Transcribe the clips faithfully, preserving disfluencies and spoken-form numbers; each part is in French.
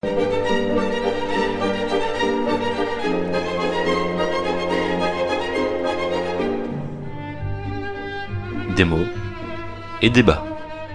Des mots et débats.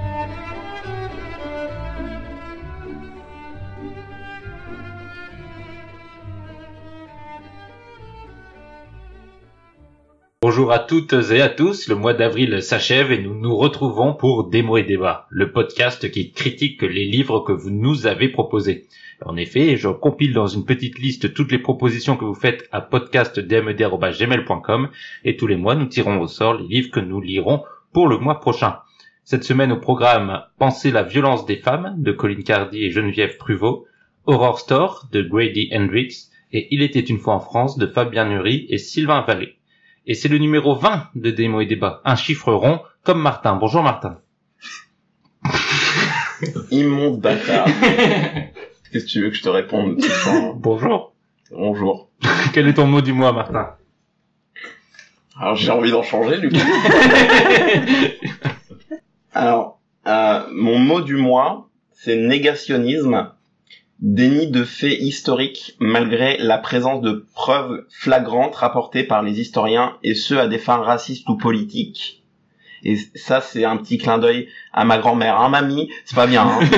Bonjour à toutes et à tous, le mois d'avril s'achève et nous nous retrouvons pour Des mots et débats, le podcast qui critique les livres que vous nous avez proposés. En effet, je compile dans une petite liste toutes les propositions que vous faites à podcast d m e d arobase gmail point com et tous les mois nous tirons au sort les livres que nous lirons pour le mois prochain. Cette semaine au programme, Penser la violence des femmes de Colin Cardy et Geneviève Pruvot, Horror Store de Grady Hendrix et Il était une fois en France de Fabien Nury et Sylvain Vallée. Et c'est le numéro vingt de Des mots et débats, un chiffre rond comme Martin. Bonjour Martin. Immonde bâtard. Qu'est-ce que tu veux que je te réponde? Bonjour. Bonjour. Quel est ton mot du mois, Martin? Alors j'ai envie d'en changer du coup. Alors, euh, mon mot du mois, c'est négationnisme, déni de faits historiques malgré la présence de preuves flagrantes rapportées par les historiens et ce à des fins racistes ou politiques. Et ça, c'est un petit clin d'œil à ma grand-mère. Hein, mamie, c'est pas bien. Hein.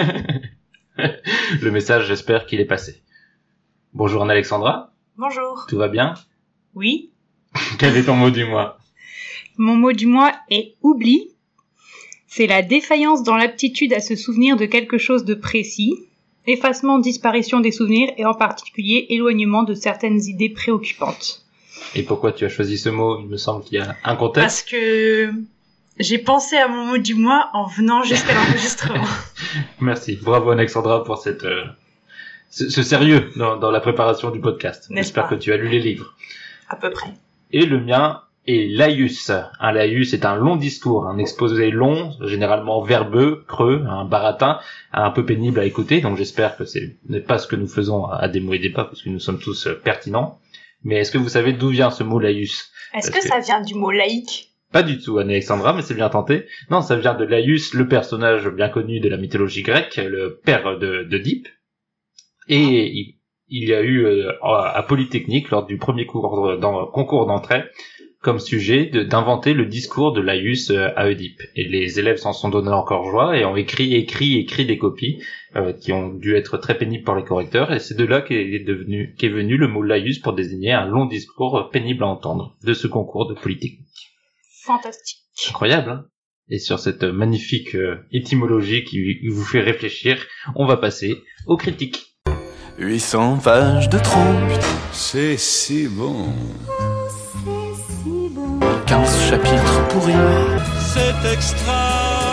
Le message, j'espère qu'il est passé. Bonjour Alexandra. Bonjour. Tout va bien? Oui. Quel est ton mot du mois? Mon mot du mois est oubli. C'est la défaillance dans l'aptitude à se souvenir de quelque chose de précis, effacement, disparition des souvenirs et en particulier éloignement de certaines idées préoccupantes. Et pourquoi tu as choisi ce mot? Il me semble qu'il y a un contexte. Parce que j'ai pensé à mon mot du mois en venant jusqu'à l'enregistrement. Merci. Bravo Alexandra pour cette, euh, ce, ce sérieux dans, dans la préparation du podcast. N'est-ce J'espère pas? que tu as lu les livres. À peu près. Et le mien est laïus. Un laïus est un long discours, un exposé long, généralement verbeux, creux, un baratin, un peu pénible à écouter. Donc j'espère que ce n'est pas ce que nous faisons à Des mots et débats, parce que nous sommes tous pertinents. Mais est-ce que vous savez d'où vient ce mot laïus? Est-ce que, que ça vient du mot laïque? Pas du tout, Anne-Alexandra, mais c'est bien tenté. Non, ça vient de Laïus, le personnage bien connu de la mythologie grecque, le père de d'Oedipe. Et il, il y a eu euh, à Polytechnique, lors du premier cours dans, concours d'entrée, comme sujet de, d'inventer le discours de Laïus euh, à Oedipe. Et les élèves s'en sont donnés encore joie et ont écrit, écrit, écrit des copies euh, qui ont dû être très pénibles pour les correcteurs. Et c'est de là qu'est devenu, qu'est venu le mot Laïus pour désigner un long discours pénible à entendre de ce concours de Polytechnique. Fantastique. Incroyable, hein? Et sur cette magnifique euh, étymologie qui vous fait réfléchir, on va passer aux critiques. huit cents pages de trompe, c'est si bon. C'est si bon. quinze chapitres pourris. C'est extra,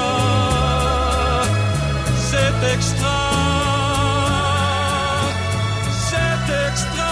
c'est extra, c'est extra.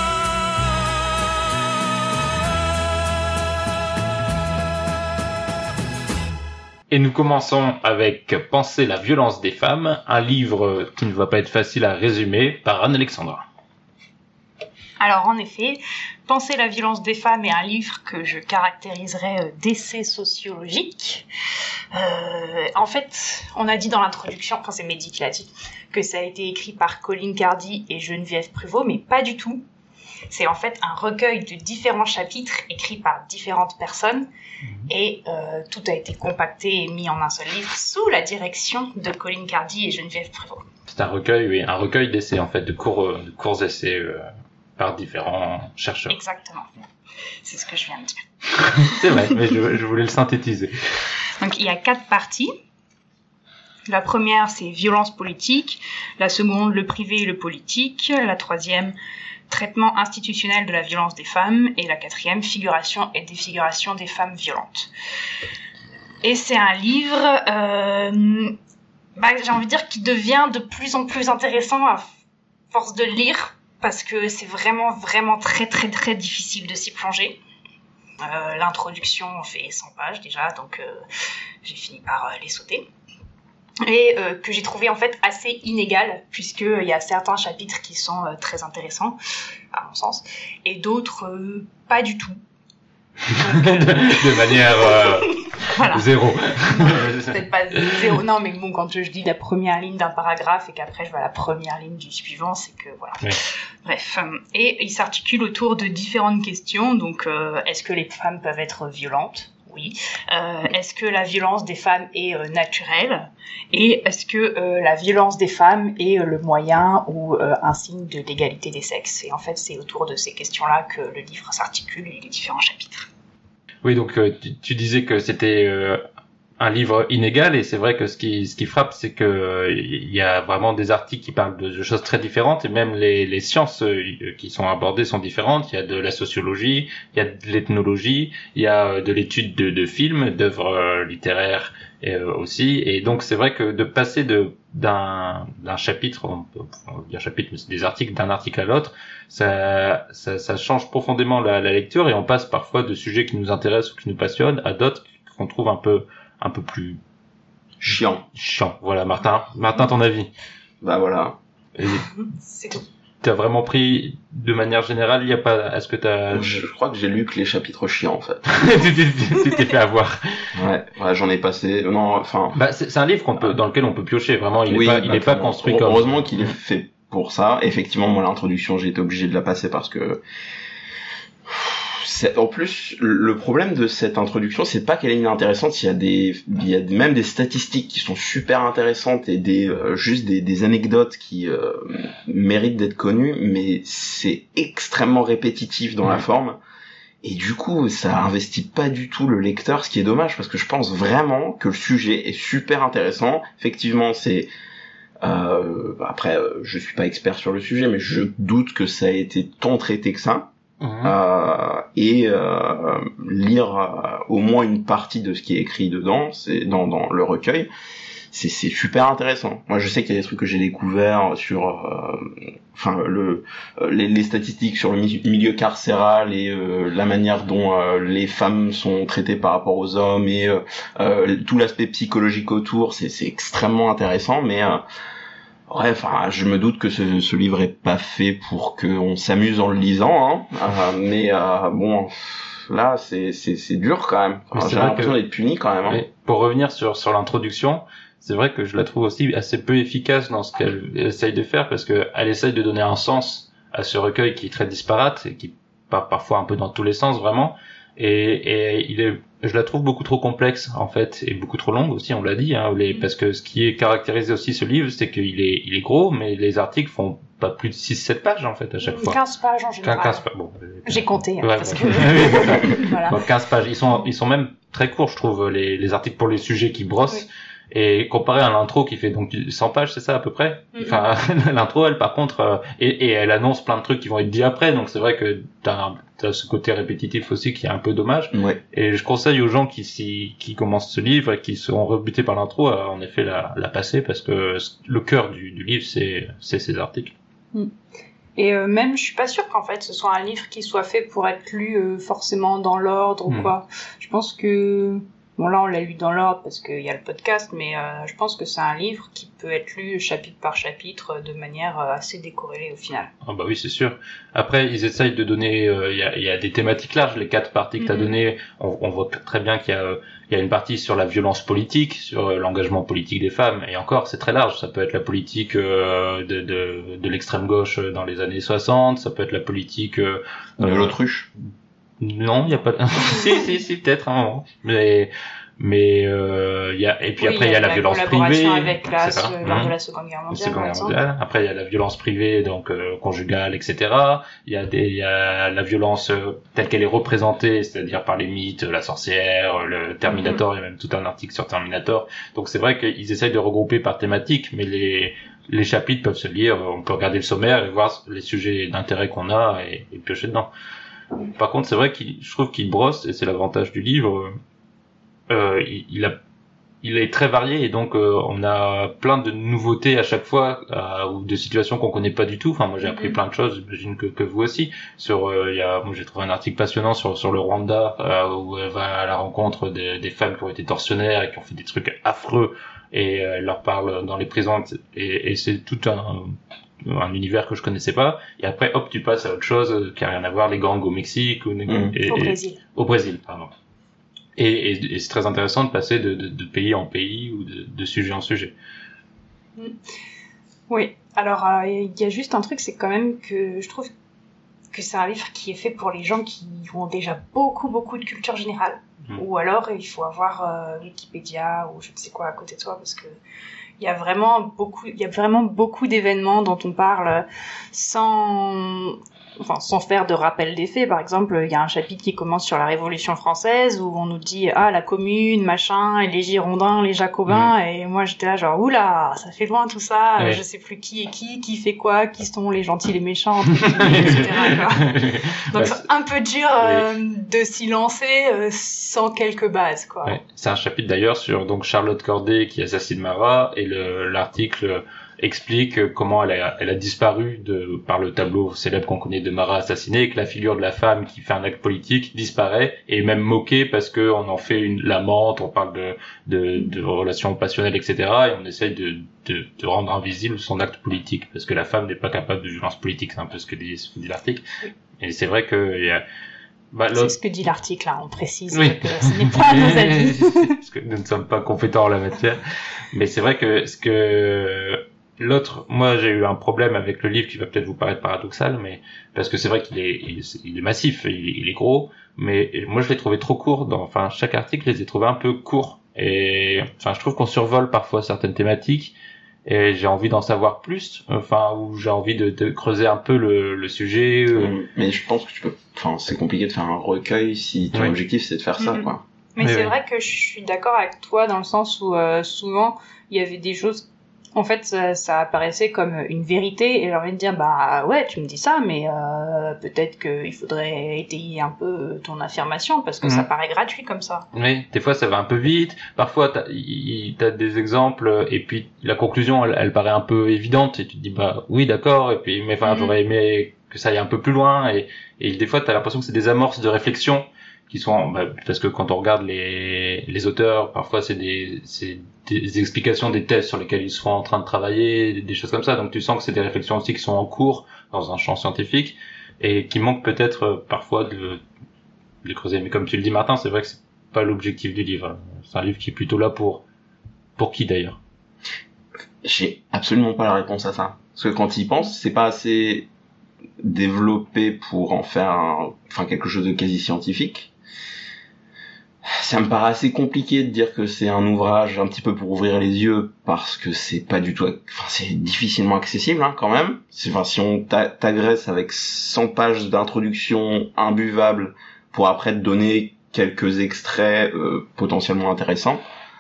Et nous commençons avec Penser la violence des femmes, un livre qui ne va pas être facile à résumer par Anne-Alexandra. Alors en effet, Penser la violence des femmes est un livre que je caractériserais d'essai sociologique. Euh, en fait, on a dit dans l'introduction, enfin c'est Mehdi qui l'a dit, que ça a été écrit par Colin Cardy et Geneviève Pruvot, mais pas du tout. C'est en fait un recueil de différents chapitres écrits par différentes personnes et euh, tout a été compacté et mis en un seul livre sous la direction de Colin Cardy et Geneviève Pruvot. C'est un recueil, oui, un recueil d'essais en fait, de courts, de courts essais euh, par différents chercheurs. Exactement, c'est ce que je viens de dire. C'est vrai, mais je, je voulais le synthétiser. Donc il y a quatre parties. La première, c'est violence politique. La seconde, le privé et le politique. La troisième, traitement institutionnel de la violence des femmes. Et la quatrième, figuration et défiguration des femmes violentes. Et c'est un livre, euh, bah, j'ai envie de dire, qui devient de plus en plus intéressant à force de lire, parce que c'est vraiment, vraiment très, très, très difficile de s'y plonger. Euh, l'introduction fait cent pages déjà, donc euh, j'ai fini par euh, les sauter. Et euh, que j'ai trouvé en fait assez inégal, puisqu'il euh, y a certains chapitres qui sont euh, très intéressants, à mon sens, et d'autres euh, pas du tout. de manière euh, Voilà. Zéro. Peut-être pas zéro. Non, mais bon, quand je, je dis la première ligne d'un paragraphe et qu'après je vois la première ligne du suivant, c'est que voilà. Oui. Bref. Et il s'articule autour de différentes questions. Donc, euh, est-ce que les femmes peuvent être violentes ? Oui. Euh, est-ce que la violence des femmes est euh, naturelle ? Et est-ce que euh, la violence des femmes est euh, le moyen ou euh, un signe de l'égalité des sexes ? Et en fait, c'est autour de ces questions-là que le livre s'articule et les différents chapitres. Oui, donc euh, tu, tu disais que c'était euh, un livre inégal, et c'est vrai que ce qui ce qui frappe, c'est que euh, il y a vraiment des articles qui parlent de, de choses très différentes, et même les les sciences euh, qui sont abordées sont différentes. Il y a de la sociologie, il y a de l'ethnologie, il y a euh, de l'étude de, de films, d'œuvres euh, littéraires et, euh, aussi. Et donc c'est vrai que de passer de d'un d'un chapitre, on peut on peut dire chapitre, mais c'est des articles, d'un article à l'autre, ça ça ça change profondément la, la lecture, et on passe parfois de sujets qui nous intéressent ou qui nous passionnent à d'autres qu'on trouve un peu un peu plus Chiant. chiant. Voilà, Martin. Martin, ton avis? Bah voilà. Et C'est tout. t'as vraiment pris, de manière générale, il y a pas, est-ce que t'as... Je, je crois que j'ai lu que les chapitres chiants en fait. tu t'es- tu t'es fait avoir. Ouais, ouais, j'en ai passé. Non, enfin. Bah, c'est c'est un livre qu'on peut, dans lequel on peut piocher. Vraiment, il oui, est pas, il bah, est pas bon, construit comme... Heureusement qu'il est fait pour ça. Effectivement, moi l'introduction, j'ai été obligé de la passer parce que c'est, en plus, le problème de cette introduction, c'est pas qu'elle est inintéressante, il y a des, il y a même des statistiques qui sont super intéressantes et des, euh, juste des, des anecdotes qui euh, méritent d'être connues, mais c'est extrêmement répétitif dans Ouais. la forme. Et du coup, ça investit pas du tout le lecteur, ce qui est dommage parce que je pense vraiment que le sujet est super intéressant. Effectivement, c'est euh, après, euh, je suis pas expert sur le sujet, mais je doute que ça ait été tant traité que ça. Mhm. Euh, et euh, lire euh, au moins une partie de ce qui est écrit dedans, c'est dans, dans le recueil, c'est, c'est super intéressant. Moi, je sais qu'il y a des trucs que j'ai découverts sur, euh, enfin, le, euh, les, les statistiques sur le mi- milieu carcéral et euh, la manière dont euh, les femmes sont traitées par rapport aux hommes et euh, euh, tout l'aspect psychologique autour, c'est, c'est extrêmement intéressant, mais euh, ouais, enfin, je me doute que ce, ce livre est pas fait pour qu'on s'amuse en le lisant, hein. Euh, mais euh, bon, là, c'est c'est c'est dur quand même. Mais Enfin, c'est j'ai vrai l'impression que- d'être puni quand même. Hein. Et pour revenir sur sur l'introduction, c'est vrai que je la trouve aussi assez peu efficace dans ce qu'elle essaye de faire, parce que elle essaye de donner un sens à ce recueil qui est très disparate et qui part parfois un peu dans tous les sens vraiment. Et, et il est, je la trouve beaucoup trop complexe en fait, et beaucoup trop longue aussi, on l'a dit, hein, les, parce que ce qui est caractérisé aussi ce livre, c'est qu'il est, il est gros, mais les articles font pas plus de six sept pages en fait à chaque fois. quinze pages en général. quinze pages, bon. J'ai compté, hein, Ouais, parce ouais. que... voilà. Donc quinze pages, ils sont ils sont même très courts, je trouve, les les articles pour les sujets qui brossent. Oui. Et comparé à l'intro qui fait donc cent pages, c'est ça à peu près. Mhm. Enfin, l'intro, elle par contre, euh, et, et elle annonce plein de trucs qui vont être dit après, donc c'est vrai que t'as, un- t'as ce côté répétitif aussi qui est un peu dommage. Ouais. Et je conseille aux gens qui s'y- qui commencent ce livre et qui seront rebutés par l'intro à en effet la, la passer, parce que le cœur du, du livre c'est c'est ces articles. Et euh, même, je suis pas sûre qu'en fait, ce soit un livre qui soit fait pour être lu euh, forcément dans l'ordre ou Hmm. quoi. Je pense que... Bon, là, on l'a lu dans l'ordre parce qu'il y a le podcast, mais euh, je pense que c'est un livre qui peut être lu chapitre par chapitre euh, de manière euh, assez décorrélée au final. Ah bah oui, c'est sûr. Après, ils essayent de donner, euh, il y, a, il y a des thématiques larges, les quatre parties que tu as Mhm. données, on, on voit très bien qu'il y a, euh, il y a une partie sur la violence politique, sur euh, l'engagement politique des femmes, et encore, c'est très large. Ça peut être la politique euh, de, de, de l'extrême gauche dans les années soixante, ça peut être la politique... Euh, De euh, l'autruche. Non, il y a pas... si, si, si, peut-être, un moment. Mais... Mais euh, il y a et puis Oui, après il y a la, violence collaboration privée, avec la, et cetera. lors Mhm. de la Seconde Guerre La mondiale, Seconde par Guerre exemple. mondiale. Après, il y a la violence privée, donc euh, conjugale, et cetera. Il y a des, il y a la violence euh, telle qu'elle est représentée, c'est-à-dire par les mythes, la sorcière, le Terminator. Il y a même tout un article sur Terminator. Donc c'est vrai qu'ils essayent de regrouper par thématique, mais les les chapitres peuvent se lire. On peut regarder le sommaire et voir les sujets d'intérêt qu'on a et, et piocher dedans. Par contre, c'est vrai qu'il, je trouve qu'il brosse, et c'est l'avantage du livre. Euh, il, il a il est très varié, et donc euh, on a plein de nouveautés à chaque fois, euh, ou de situations qu'on connaît pas du tout. Enfin, moi j'ai appris Mhm. plein de choses, j'imagine que, que vous aussi. Sur, euh, il y a, moi j'ai trouvé un article passionnant sur sur le Rwanda, euh, où elle va à la rencontre des, des femmes qui ont été tortionnaires et qui ont fait des trucs affreux, et euh, elle leur parle dans les prisons, et, et c'est tout un un univers que je connaissais pas. Et après, hop, tu passes à autre chose qui a rien à voir, les gangs au Mexique ou Mhm. et- Au et- Brésil. au Brésil, pardon. Et, et, et c'est très intéressant de passer de, de, de pays en pays ou de, de sujet en sujet. Oui, alors euh, il y a juste un truc, c'est quand même que je trouve que c'est un livre qui est fait pour les gens qui ont déjà beaucoup beaucoup de culture générale. Mmh. Ou alors il faut avoir euh, Wikipédia ou je ne sais quoi à côté de soi, parce que il y a vraiment beaucoup, il y a vraiment beaucoup d'événements dont on parle sans, enfin, sans faire de rappel des faits. Par exemple, il y a un chapitre qui commence sur la Révolution française où on nous dit ah la Commune, machin, et les Girondins, les Jacobins, mmh. et moi j'étais là genre oula, ça fait loin tout ça, ouais. Je sais plus qui est qui, qui fait quoi, qui sont les gentils, les méchants, et cetera. Donc c'est un peu dur euh, oui. de s'y lancer euh, sans quelques bases, quoi. Ouais. C'est un chapitre d'ailleurs sur donc Charlotte Corday qui assassine Marat, et le, l'article explique comment elle a, elle a disparu de, par le tableau célèbre qu'on connaît de Marat assassiné, et que la figure de la femme qui fait un acte politique disparaît, et est même moquée parce que on en fait une l'amante, on parle de, de, de relations passionnelles, et cetera, et on essaye de, de, de rendre invisible son acte politique, parce que la femme n'est pas capable de violence politique, c'est un peu ce que dit, ce que dit l'article. Et c'est vrai que, il y a, Bah, c'est ce que dit l'article, là, on précise oui. que ce n'est pas nos avis. Parce que nous ne sommes pas compétents en la matière. Mais c'est vrai que ce que l'autre, moi j'ai eu un problème avec le livre qui va peut-être vous paraître paradoxal, mais parce que c'est vrai qu'il est, il est, il est massif, il est, il est gros, mais moi je l'ai trouvé trop court. Dans, enfin, chaque article, je les ai trouvés un peu courts. Et enfin, je trouve qu'on survole parfois certaines thématiques. Et j'ai envie d'en savoir plus, enfin, ou j'ai envie de, de creuser un peu le, le sujet. Euh... Mais je pense que tu peux, enfin, c'est compliqué de faire un recueil si ton oui. objectif c'est de faire ça, mmh. quoi. Mais, Mais c'est oui. vrai que je suis d'accord avec toi dans le sens où euh, souvent il y avait des choses, en fait, ça, ça apparaissait comme une vérité, et j'ai envie de dire, bah ouais, tu me dis ça, mais euh, peut-être qu'il faudrait étayer un peu ton affirmation, parce que mmh. ça paraît gratuit comme ça. Oui, des fois ça va un peu vite, parfois t'as, y, t'as des exemples, et puis la conclusion, elle, elle paraît un peu évidente, et tu te dis, bah oui, d'accord, et puis, mais enfin, mmh. j'aurais aimé que ça aille un peu plus loin, et, et des fois t'as l'impression que c'est des amorces de réflexion, qui sont, bah, parce que quand on regarde les, les auteurs, parfois c'est des, c'est des explications des thèses sur lesquelles ils sont en train de travailler, des choses comme ça. Donc tu sens que c'est des réflexions aussi qui sont en cours dans un champ scientifique et qui manquent peut-être parfois de, de creuser. Mais comme tu le dis, Martin, c'est vrai que c'est pas l'objectif du livre. C'est un livre qui est plutôt là pour, pour qui d'ailleurs? J'ai absolument pas la réponse à ça. Parce que quand il pense, c'est pas assez développé pour en faire un, enfin quelque chose de quasi scientifique. Ça me paraît assez compliqué de dire que c'est un ouvrage un petit peu pour ouvrir les yeux, parce que c'est pas du tout, enfin c'est difficilement accessible, hein, quand même. C'est, enfin, si on t'agresse avec cent pages d'introduction imbuvables pour après te donner quelques extraits euh, potentiellement intéressants,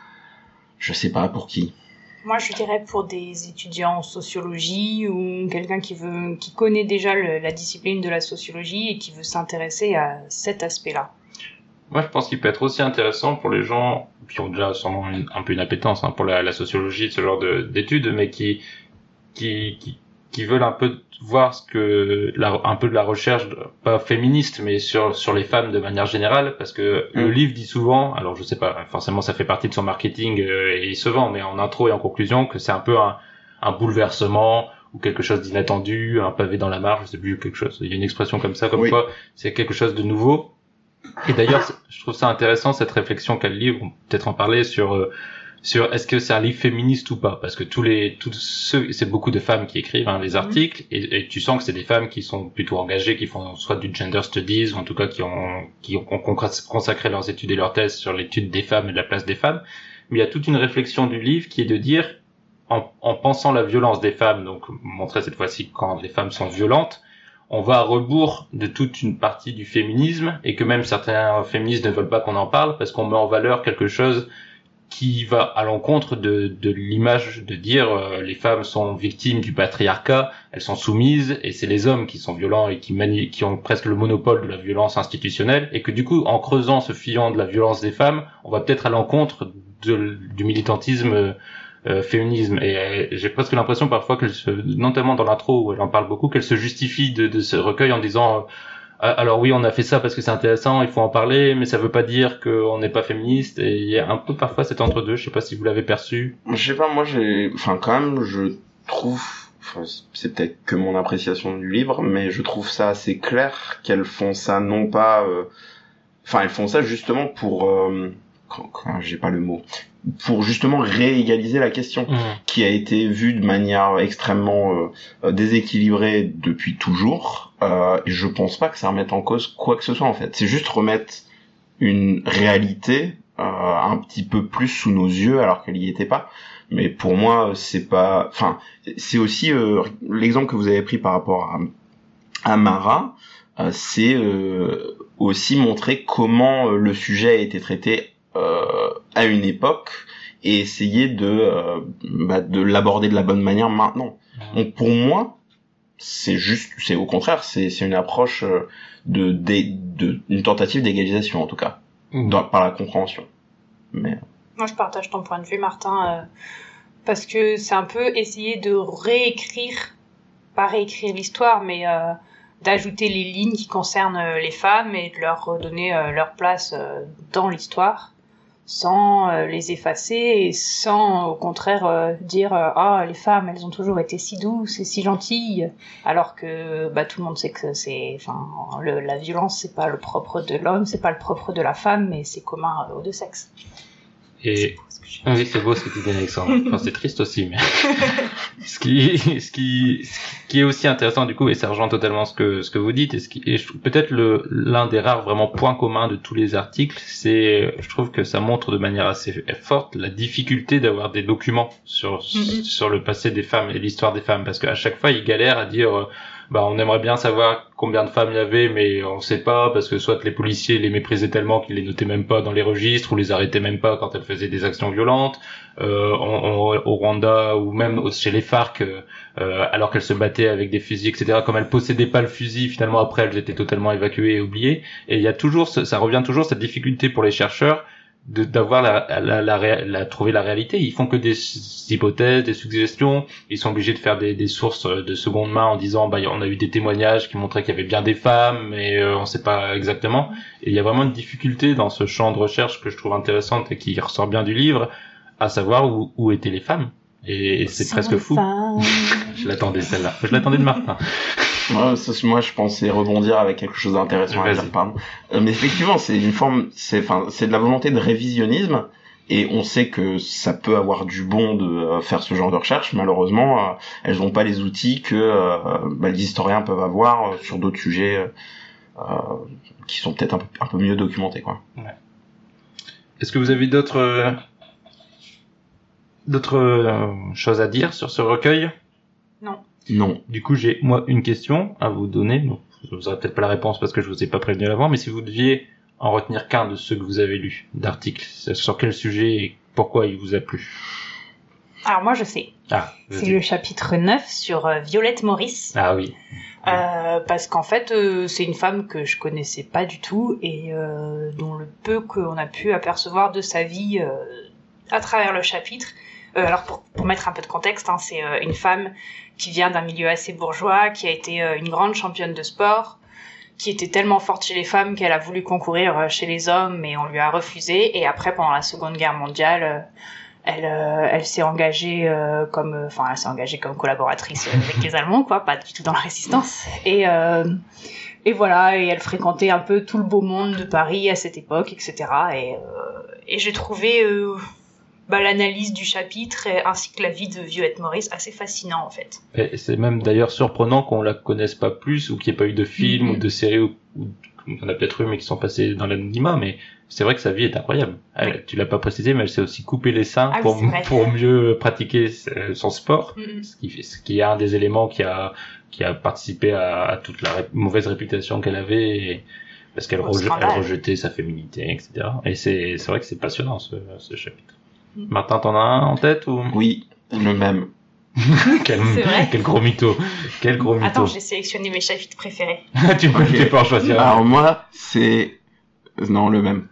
je sais pas pour qui. Moi, je dirais pour des étudiants en sociologie ou quelqu'un qui veut, qui connaît déjà le, la discipline de la sociologie et qui veut s'intéresser à cet aspect-là. Moi, je pense qu'il peut être aussi intéressant pour les gens qui ont déjà sûrement une, un peu une appétence hein, pour la, la sociologie, ce genre de, d'études, mais qui, qui, qui, qui veulent un peu voir ce que, la, un peu de la recherche, pas féministe, mais sur, sur les femmes de manière générale, parce que mmh. le livre dit souvent, alors je sais pas, forcément ça fait partie de son marketing euh, et il se vend, mais en intro et en conclusion, que c'est un peu un, un bouleversement ou quelque chose d'inattendu, un pavé dans la mare, je sais plus, quelque chose. Il y a une expression comme ça, comme oui. quoi c'est quelque chose de nouveau. Et d'ailleurs, je trouve ça intéressant cette réflexion qu'a le livre, on peut peut-être en parler sur euh, sur est-ce que c'est un livre féministe ou pas, parce que tous les tous ceux, c'est beaucoup de femmes qui écrivent hein, les articles, mmh. et, et tu sens que c'est des femmes qui sont plutôt engagées, qui font soit du gender studies, ou en tout cas qui ont qui ont consacré leurs études et leurs thèses sur l'étude des femmes et de la place des femmes. Mais il y a toute une réflexion du livre qui est de dire, en, en pensant la violence des femmes, donc montrer cette fois-ci quand les femmes sont violentes, on va à rebours de toute une partie du féminisme, et que même certains féministes ne veulent pas qu'on en parle parce qu'on met en valeur quelque chose qui va à l'encontre de, de l'image de dire euh, les femmes sont victimes du patriarcat, elles sont soumises et c'est les hommes qui sont violents et qui, mani- qui ont presque le monopole de la violence institutionnelle, et que du coup en creusant ce filon de la violence des femmes, on va peut-être à l'encontre de, du militantisme Euh, féminisme, et euh, j'ai presque l'impression parfois qu'elle se, notamment dans l'intro où elle en parle beaucoup, qu'elle se justifie de, de ce recueil en disant euh, alors oui on a fait ça parce que c'est intéressant, il faut en parler, mais ça veut pas dire qu'on n'est pas féministe, et il y a un peu parfois cet entre-deux, je sais pas si vous l'avez perçu. Je sais pas, moi j'ai, enfin quand même je trouve, enfin, c'est peut-être que mon appréciation du livre, mais je trouve ça assez clair qu'elles font ça non pas euh, enfin, elles font ça justement pour, euh, quand, quand j'ai pas le mot, pour justement réégaliser la question, mmh. qui a été vue de manière extrêmement euh, déséquilibrée depuis toujours. Euh, et je pense pas que ça remette en cause quoi que ce soit en fait. C'est juste remettre une réalité euh, un petit peu plus sous nos yeux alors qu'elle y était pas. Mais pour moi, c'est pas. Enfin, c'est aussi euh, l'exemple que vous avez pris par rapport à, à Mara. Euh, c'est euh, aussi montrer comment euh, le sujet a été traité euh, à une époque et essayer de euh, bah, de l'aborder de la bonne manière maintenant. Donc pour moi, c'est juste, c'est au contraire, c'est c'est une approche de de, de une tentative d'égalisation en tout cas, dans, par la compréhension. Mais moi, je partage ton point de vue, Martin, euh, parce que c'est un peu essayer de réécrire, pas réécrire l'histoire, mais euh, d'ajouter les lignes qui concernent euh, les femmes et de leur redonner euh, leur place euh, dans l'histoire, sans euh, les effacer et sans, au contraire, euh, dire euh, « Ah, les femmes, elles ont toujours été si douces et si gentilles », alors que bah, tout le monde sait que c'est, enfin, le, la violence, c'est pas le propre de l'homme, c'est pas le propre de la femme, mais c'est commun euh, aux deux sexes. Et ah oui, c'est beau ce que tu dis, Alexandre. Enfin, c'est triste aussi, mais ce qui, ce qui, ce qui est aussi intéressant du coup, et ça rejoint totalement ce que ce que vous dites, et ce qui, et je, peut-être le l'un des rares vraiment points communs de tous les articles, c'est, je trouve que ça montre de manière assez forte la difficulté d'avoir des documents sur mm-hmm. sur le passé des femmes et l'histoire des femmes, parce qu'à chaque fois ils galèrent à dire. Bah, on aimerait bien savoir combien de femmes il y avait, mais on sait pas, parce que soit les policiers les méprisaient tellement qu'ils les notaient même pas dans les registres, ou les arrêtaient même pas quand elles faisaient des actions violentes, euh, on, on, au Rwanda, ou même chez les FARC, euh, alors qu'elles se battaient avec des fusils, et cetera, comme elles possédaient pas le fusil, finalement après elles étaient totalement évacuées et oubliées, et il y a toujours, ce, ça revient toujours cette difficulté pour les chercheurs, de d'avoir la, la, la, la, la trouver la réalité. Ils font que des hypothèses, des suggestions. Ils sont obligés de faire des, des sources de seconde main en disant bah on a eu des témoignages qui montraient qu'il y avait bien des femmes, mais euh, on sait pas exactement. Et il y a vraiment une difficulté dans ce champ de recherche que je trouve intéressante et qui ressort bien du livre, à savoir où, où étaient les femmes. Et, et c'est Sans presque fou. Je l'attendais celle-là. Je l'attendais de Martin. Moi, ça, moi, je pensais rebondir avec quelque chose d'intéressant à dire, pardon. Euh, mais effectivement, c'est une forme, c'est, enfin, c'est de la volonté de révisionnisme, et on sait que ça peut avoir du bon de euh, faire ce genre de recherche. Malheureusement, euh, elles n'ont pas les outils que euh, bah, les historiens peuvent avoir euh, sur d'autres sujets euh, qui sont peut-être un peu, un peu mieux documentés, quoi. Ouais. Est-ce que vous avez d'autres euh, d'autres euh, choses à dire sur ce recueil? Non. Non. Du coup, j'ai, moi, une question à vous donner. Bon, vous aurez peut-être pas la réponse parce que je vous ai pas prévenu avant, mais si vous deviez en retenir qu'un de ceux que vous avez lus, d'articles, sur quel sujet et pourquoi il vous a plu? Alors, moi, je sais. Ah, c'est le chapitre neuf sur euh, Violette Maurice. Ah oui. Euh, parce qu'en fait, euh, c'est une femme que je connaissais pas du tout et euh, dont le peu qu'on a pu apercevoir de sa vie euh, à travers le chapitre. Euh, alors, pour, pour mettre un peu de contexte, hein, c'est euh, une femme qui vient d'un milieu assez bourgeois, qui a été euh, une grande championne de sport, qui était tellement forte chez les femmes qu'elle a voulu concourir euh, chez les hommes, mais on lui a refusé. Et après, pendant la Seconde Guerre mondiale, euh, elle, euh, elle s'est engagée euh, comme, enfin, elle s'est engagée comme collaboratrice avec les Allemands, quoi, pas du tout dans la résistance. Et euh, et voilà, et elle fréquentait un peu tout le beau monde de Paris à cette époque, et cetera. Et euh, et j'ai trouvé euh, bah, l'analyse du chapitre ainsi que la vie de Violette Maurice assez fascinant en fait. Et c'est même d'ailleurs surprenant qu'on la connaisse pas plus ou qu'il n'y ait pas eu de film mm-hmm. ou de série ou, ou on a peut-être eu mais qui sont passés dans l'anonymat, mais c'est vrai que sa vie est incroyable. Elle, oui. Tu l'as pas précisé, mais elle s'est aussi coupé les seins ah, pour, oui, pour mieux pratiquer son sport, mm-hmm. ce qui fait, ce qui est un des éléments qui a qui a participé à, à toute la ré, mauvaise réputation qu'elle avait. Et, parce qu'elle reje, elle rejetait sa féminité, et cetera. Et c'est c'est vrai que c'est passionnant ce, ce chapitre. Martin, t'en as un en tête ou? Oui, le même. quel, quel gros mytho. Quel gros mytho. Attends, j'ai sélectionné mes chapitres préférés. tu peux okay. pas en choisir un. Alors moi, c'est non le même.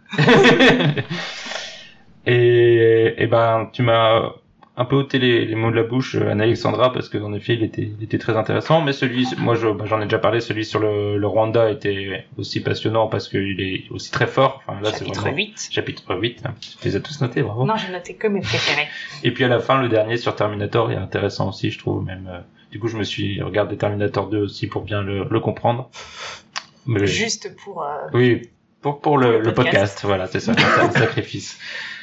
et et ben tu m'as un peu ôté les, les mots de la bouche, Anne-Alexandra, parce que en effet il était il était très intéressant. Mais celui, moi je, bah, j'en ai déjà parlé, celui sur le, le Rwanda était aussi passionnant parce qu'il est aussi très fort. Enfin là chapitre c'est vraiment huit. Chapitre huit. Hein. Tu les as tous notés, bravo. Non, j'ai noté que mes préférés. Et puis à la fin le dernier sur Terminator est intéressant aussi, je trouve même. Euh, du coup je me suis regardé Terminator deux aussi pour bien le, le comprendre. Mais... Juste pour. Euh... Oui. pour pour le, le, podcast. le podcast, voilà, c'est ça, c'est un sacrifice.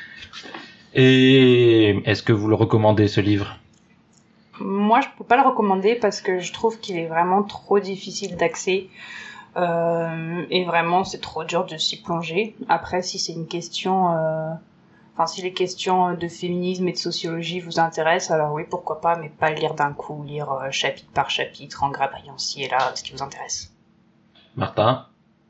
Et est-ce que vous le recommandez, ce livre? Moi, je peux pas le recommander parce que je trouve qu'il est vraiment trop difficile d'accès. Euh, et vraiment, c'est trop dur de s'y plonger. Après, si c'est une question... Euh... Enfin, si les questions de féminisme et de sociologie vous intéressent, alors oui, pourquoi pas, mais pas le lire d'un coup, lire euh, chapitre par chapitre, en grappillant ci et là, ce qui vous intéresse. Martin?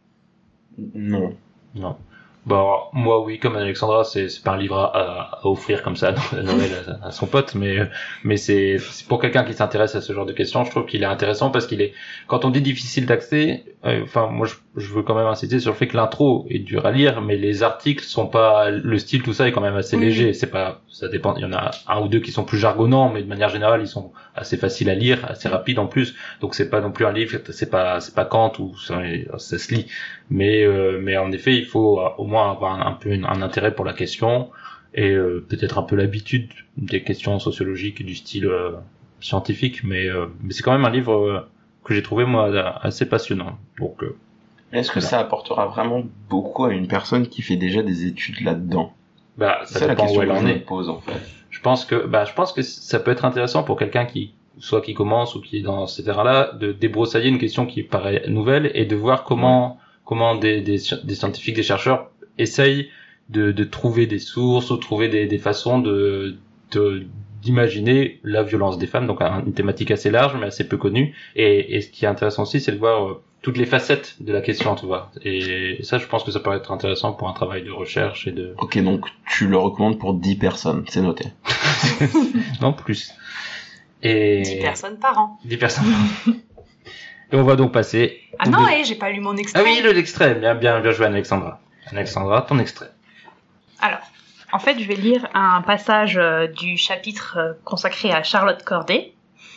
Non. Non. Bon, moi oui, comme Alexandra, c'est, c'est pas un livre à, à offrir comme ça à Noël à, à son pote, mais mais c'est, c'est pour quelqu'un qui s'intéresse à ce genre de questions, je trouve qu'il est intéressant parce qu'il est, quand on dit difficile d'accès, euh, enfin moi je, je veux quand même insister sur le fait que l'intro est dur à lire, mais les articles sont pas, le style tout ça est quand même assez oui. léger, c'est pas, ça dépend, il y en a un ou deux qui sont plus jargonnants, mais de manière générale ils sont assez faciles à lire, assez rapides en plus, donc c'est pas non plus un livre, c'est pas c'est pas Kant où ça, ça se lit. Mais euh, mais en effet, il faut au moins avoir un, un peu un, un intérêt pour la question et euh, peut-être un peu l'habitude des questions sociologiques du style euh, scientifique. Mais euh, mais c'est quand même un livre euh, que j'ai trouvé moi assez passionnant. Donc euh, est-ce que voilà. Ça apportera vraiment beaucoup à une personne qui fait déjà des études là-dedans? Bah ça dépend où elle en est. Pose en fait. Je pense que bah je pense que ça peut être intéressant pour quelqu'un qui soit qui commence ou qui est dans ces terrains-là de débroussailler une question qui paraît nouvelle et de voir comment ouais. comment des, des, des scientifiques, des chercheurs essayent de, de trouver des sources ou trouver des, des façons de, de, d'imaginer la violence des femmes, donc une thématique assez large mais assez peu connue. Et, et ce qui est intéressant aussi, c'est de voir euh, toutes les facettes de la question, tu vois. Et, et ça, je pense que ça peut être intéressant pour un travail de recherche et de... Ok, donc tu le recommandes pour dix personnes, c'est noté. Non, plus. Et... dix personnes par an. dix personnes par an. Et on va donc passer... Ah non, hé, j'ai pas lu mon extrait. Ah oui, le, l'extrait. Bien, bien, bien joué, Alexandra. Alexandra, ton extrait. Alors, en fait, je vais lire un passage euh, du chapitre euh, consacré à Charlotte Corday,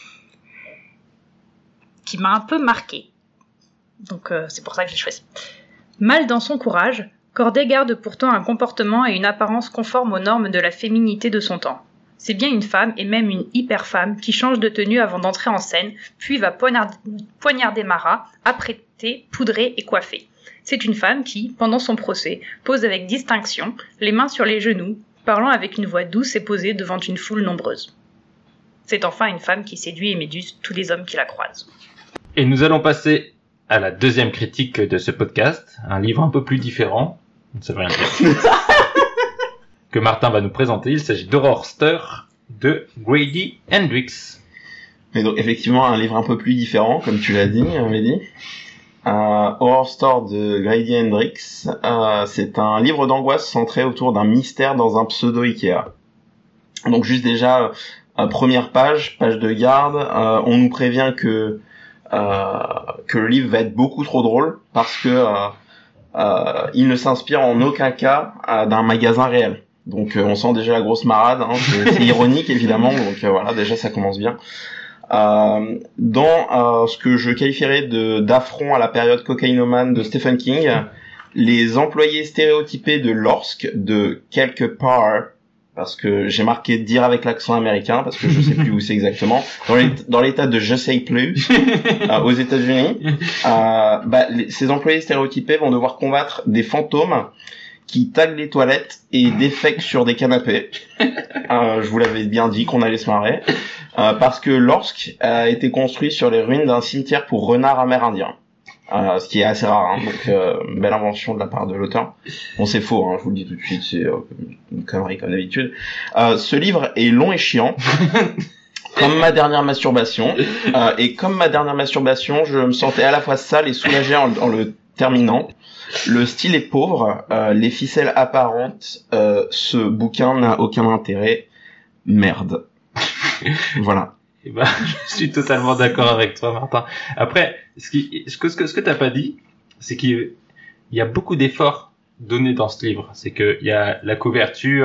qui m'a un peu marqué. Donc, euh, c'est pour ça que j'ai choisi. Mal dans son courage, Corday garde pourtant un comportement et une apparence conformes aux normes de la féminité de son temps. C'est bien une femme, et même une hyper-femme, qui change de tenue avant d'entrer en scène, puis va poignarder, poignarder Marat, apprêtée, poudrée et coiffée. C'est une femme qui, pendant son procès, pose avec distinction, les mains sur les genoux, parlant avec une voix douce et posée devant une foule nombreuse. C'est enfin une femme qui séduit et méduse tous les hommes qui la croisent. Et nous allons passer à la deuxième critique de ce podcast, un livre un peu plus différent, ça veut rien dire, que Martin va nous présenter. Il s'agit d'Horror Store de Grady Hendrix. Et donc effectivement un livre un peu plus différent, comme tu l'as dit, Mehdi. Euh, Horror Store de Grady Hendrix, euh, c'est un livre d'angoisse centré autour d'un mystère dans un pseudo Ikea. Donc juste déjà, euh, première page, page de garde, euh, on nous prévient que euh, que le livre va être beaucoup trop drôle parce que euh, euh, il ne s'inspire en aucun cas euh, d'un magasin réel. Donc euh, on sent déjà la grosse marade, hein, c'est, c'est ironique évidemment, donc euh, voilà, déjà ça commence bien. Euh, dans euh, ce que je qualifierais de d'affront à la période cocaïnomane de Stephen King, les employés stéréotypés de l'Orsk, de quelque part, parce que j'ai marqué dire avec l'accent américain, parce que je sais plus où c'est exactement, dans l'état, dans l'état de je sais plus, euh, aux États-Unis, euh, bah, les, ces employés stéréotypés vont devoir combattre des fantômes qui taguent les toilettes et défèquent sur des canapés. Euh, je vous l'avais bien dit qu'on allait se marrer. Euh, parce que l'Orsk a été construit sur les ruines d'un cimetière pour renards amérindiens. Euh, ce qui est assez rare, hein. Donc euh, belle invention de la part de l'auteur. Bon, c'est faux, hein, je vous le dis tout de suite, c'est euh, une connerie comme d'habitude. Euh, ce livre est long et chiant. Comme ma dernière masturbation. Euh, et comme ma dernière masturbation, je me sentais à la fois sale et soulagé en, en le terminant. Le style est pauvre, euh, les ficelles apparentes, euh, ce bouquin n'a aucun intérêt. Merde. Voilà. Eh ben, je suis totalement d'accord avec toi, Martin. Après, ce qui, ce que, ce que, ce que t'as pas dit, c'est qu'il y a beaucoup d'efforts donnés dans ce livre. C'est que il y a la couverture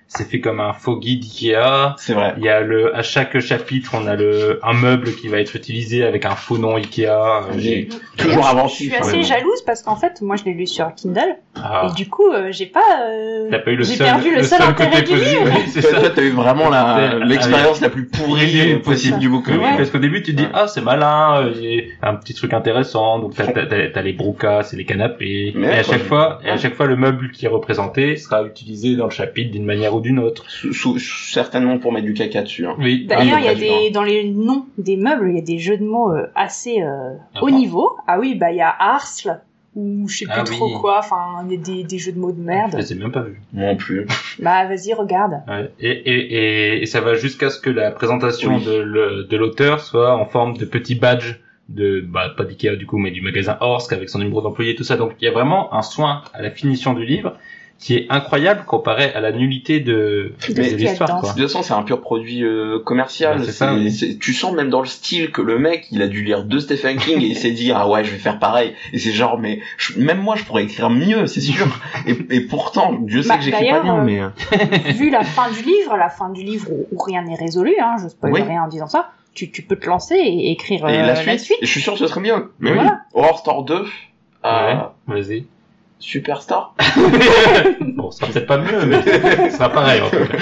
c'est fait comme un faux guide Ikea. C'est vrai. Il y a le, à chaque chapitre, on a le, un meuble qui va être utilisé avec un faux nom Ikea. Euh, J'ai j'ai- toujours Je avant suis assez jalouse parce qu'en fait, moi, je l'ai lu sur Kindle Ah, et du coup, euh, j'ai pas. euh, t'as pas eu le j'ai seul, perdu le seul intérêt côté du positif. livre. Oui, c'est Toi, ça. toi, t'as eu vraiment la, C'est- l'expérience la plus pourrie Oui, possible ça. du bouquin. Oui, Ouais. parce qu'au début tu te dis Ouais. ah c'est malin, euh, il y a un petit truc intéressant, donc t'as, t'as, t'as, t'as les broucas, c'est les canapés, Mais et à ouais, chaque quoi. fois, et à Ouais. chaque fois le meuble qui est représenté sera utilisé dans le chapitre d'une manière ou d'une autre. Sous- sous- certainement pour mettre du caca dessus. Hein. Oui. D'ailleurs, il y a Oui, des dans les noms des meubles, il y a des jeux de mots euh, assez euh, Ah haut bon niveau. Ah oui, bah il y a Arsle ou je sais plus Ah trop oui. quoi. Enfin, il y a des, des jeux de mots de Je merde. les ai même pas vus. Non plus. Bah vas-y, regarde. Ouais. Et, et, et, et ça va jusqu'à ce que la présentation Oui. de, le, de l'auteur soit en forme de petit badge de, bah, pas d'Ikea du coup, mais du magasin Orsk avec son numéro d'employé, tout ça. Donc il y a vraiment un soin à la finition du livre qui est incroyable comparé à la nullité de, De de ce qu'il y a l'histoire, dedans. quoi. De toute façon, c'est un pur produit euh, commercial. Bah, c'est c'est, ça, oui. c'est- tu sens même dans le style que le mec, il a dû lire deux Stephen King et il s'est dit ah ouais, je vais faire pareil. Et c'est genre mais je- même moi, je pourrais écrire mieux, c'est sûr. Et, et pourtant, Dieu sait Bah, que j'écris pas d'ailleurs, bien, euh, mais euh, Vu la fin du livre, la fin du livre où, où rien n'est résolu, hein, je spoil Oui. rien en disant ça. Tu, tu peux te lancer et écrire et euh, la, suite, je suis sûr que ce serait mieux. Mais oui, Voilà. Horror Store deux, euh, Ouais, vas-y. Superstar. Bon, ce sera peut-être pas mieux, mais ce sera pareil, en tout cas.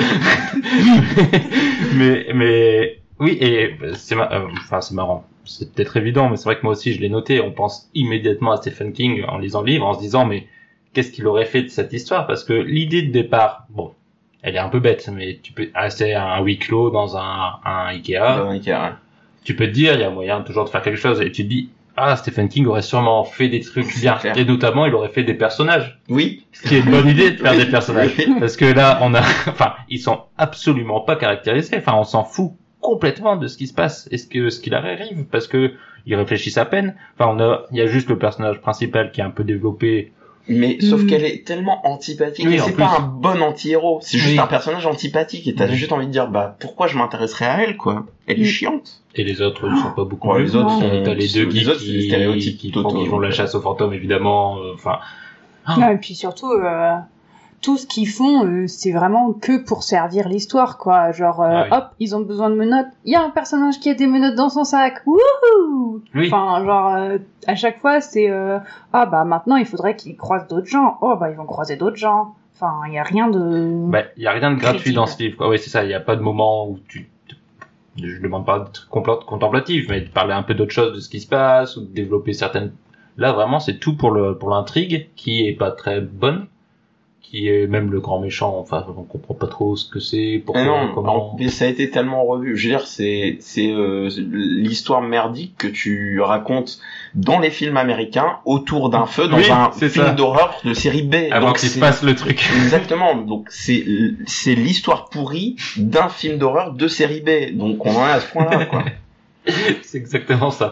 mais, mais, oui, et c'est, ma- euh, enfin, c'est marrant. C'est peut-être évident, mais c'est vrai que moi aussi, je l'ai noté. On pense immédiatement à Stephen King en lisant le livre, en se disant, mais qu'est-ce qu'il aurait fait de cette histoire? Parce que l'idée de départ, bon, elle est un peu bête, mais tu peux rester à un huis clos dans un, un Ikea. Dans un cas, ouais. Tu peux te dire, il y a moyen toujours de faire quelque chose, et tu te dis, ah, Stephen King aurait sûrement fait des trucs bien. clair. Et notamment, il aurait fait des personnages. Oui. Ce qui est une bonne idée de faire des personnages. Oui. Parce que là, on a, enfin, ils sont absolument pas caractérisés. Enfin, on s'en fout complètement de ce qui se passe. Est-ce que ce qu'il arrive? Parce que ils réfléchissent à peine. Enfin, on a, il y a juste le personnage principal qui est un peu développé. Mais sauf Mm. qu'elle est tellement antipathique. Oui, et en c'est plus. pas un bon anti-héros. C'est juste Oui. un personnage antipathique. Et t'as Oui. juste envie de dire, bah, pourquoi je m'intéresserais à elle, quoi? Elle est Mm. chiante. Et les autres, ils sont pas beaucoup Ouais, mieux. les autres Non. sont, T'as les deux les geeks autres, c'est des qui, stéréotypes qui, font, totaux. qui font la chasse aux fantômes, évidemment. euh, Enfin, Non, et puis surtout, euh, tout ce qu'ils font, euh, c'est vraiment que pour servir l'histoire, quoi. Genre, euh, Ah oui. hop, ils ont besoin de menottes. Il y a un personnage qui a des menottes dans son sac. Wouhou! oui. Enfin, genre, euh, à chaque fois, c'est euh, ah bah maintenant, il faudrait qu'ils croisent d'autres gens. Oh bah ils vont croiser d'autres gens. Enfin, il y a rien de. Bah, il y a rien de gratuit Crédible. dans ce livre, quoi. Oui, c'est ça. Il y a pas de moment où tu, je demande pas d'être compla- contemplatif, mais de parler un peu d'autre chose de ce qui se passe ou de développer certaines. Là, vraiment, c'est tout pour le pour l'intrigue qui est pas très bonne, qui est même le grand méchant. Enfin, on comprend pas trop ce que c'est, pourquoi, Mais non, comment. en- mais ça a été tellement revu. Je veux dire, c'est c'est euh, l'histoire merdique que tu racontes dans les films américains autour d'un feu dans Oui, un c'est film ça. d'horreur de série B. Avant Donc qu'il se c'est- passe le truc. Exactement. Donc c'est c'est l'histoire pourrie d'un film d'horreur de série B. Donc on en est à ce point-là, quoi. C'est exactement ça.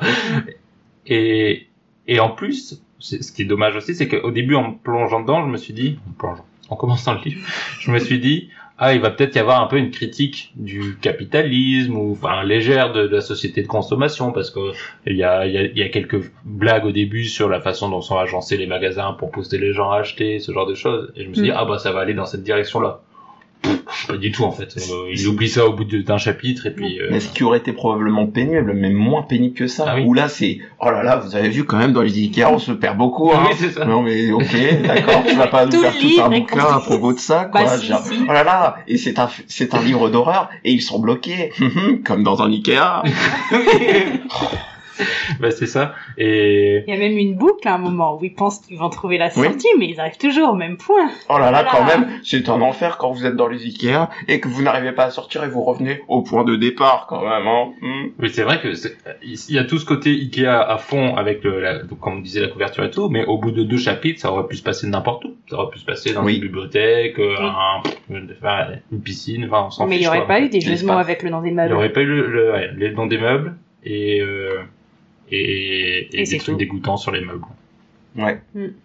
Et, et en plus, c'est- ce qui est dommage aussi, c'est qu'au début, en me plongeant dedans, je me suis dit, en plongeant, en commençant le livre, je me suis dit, ah, il va peut-être y avoir un peu une critique du capitalisme ou, enfin, légère de, de la société de consommation, parce que il y a, il y a, il y a quelques blagues au début sur la façon dont sont agencés les magasins pour pousser les gens à acheter, ce genre de choses. Et je me suis dit, Mm. ah, bah, ça va aller dans cette direction-là. Pff, Pas du tout, en fait. Euh, il oublie ça au bout de- d'un chapitre, et puis, euh, Mais ce qui aurait été probablement pénible, mais moins pénible que ça. Ah oui. Où là c'est, oh là là, vous avez vu quand même dans les Ikea, on se perd beaucoup, hein. oui, c'est ça. Non mais ok, d'accord, tu vas pas nous Tout faire le tout un livre est bouquin à compliqué. propos de ça, Bah, quoi. si, Genre, si. oh là là, et c'est un, c'est un livre d'horreur, et ils sont bloqués, comme dans un Ikea. Bah, c'est ça. Et, Il y a même une boucle à un moment où ils pensent qu'ils vont trouver la Oui. sortie, mais ils arrivent toujours au même point. Oh là là, Voilà. quand même, c'est un enfer quand vous êtes dans les Ikea, et que vous n'arrivez pas à sortir et vous revenez au point de départ, quand même, hein. Hmm. oui, c'est vrai que c'est- il y a tout ce côté Ikea à fond avec le, la, donc, comme on disait, la couverture et tout, mais au bout de deux chapitres, ça aurait pu se passer n'importe où. Ça aurait pu se passer dans Oui. une bibliothèque, euh, Oui. un, enfin, une piscine, enfin, on s'en Mais il fiche, n'y aurait quoi. pas eu des jeux de L'espace. mots avec le nom des Il y meubles. aurait pas eu le, le, ouais, les noms des meubles et, euh, et, et, Et des c'est trucs tout. dégoûtants sur les meubles. Ouais.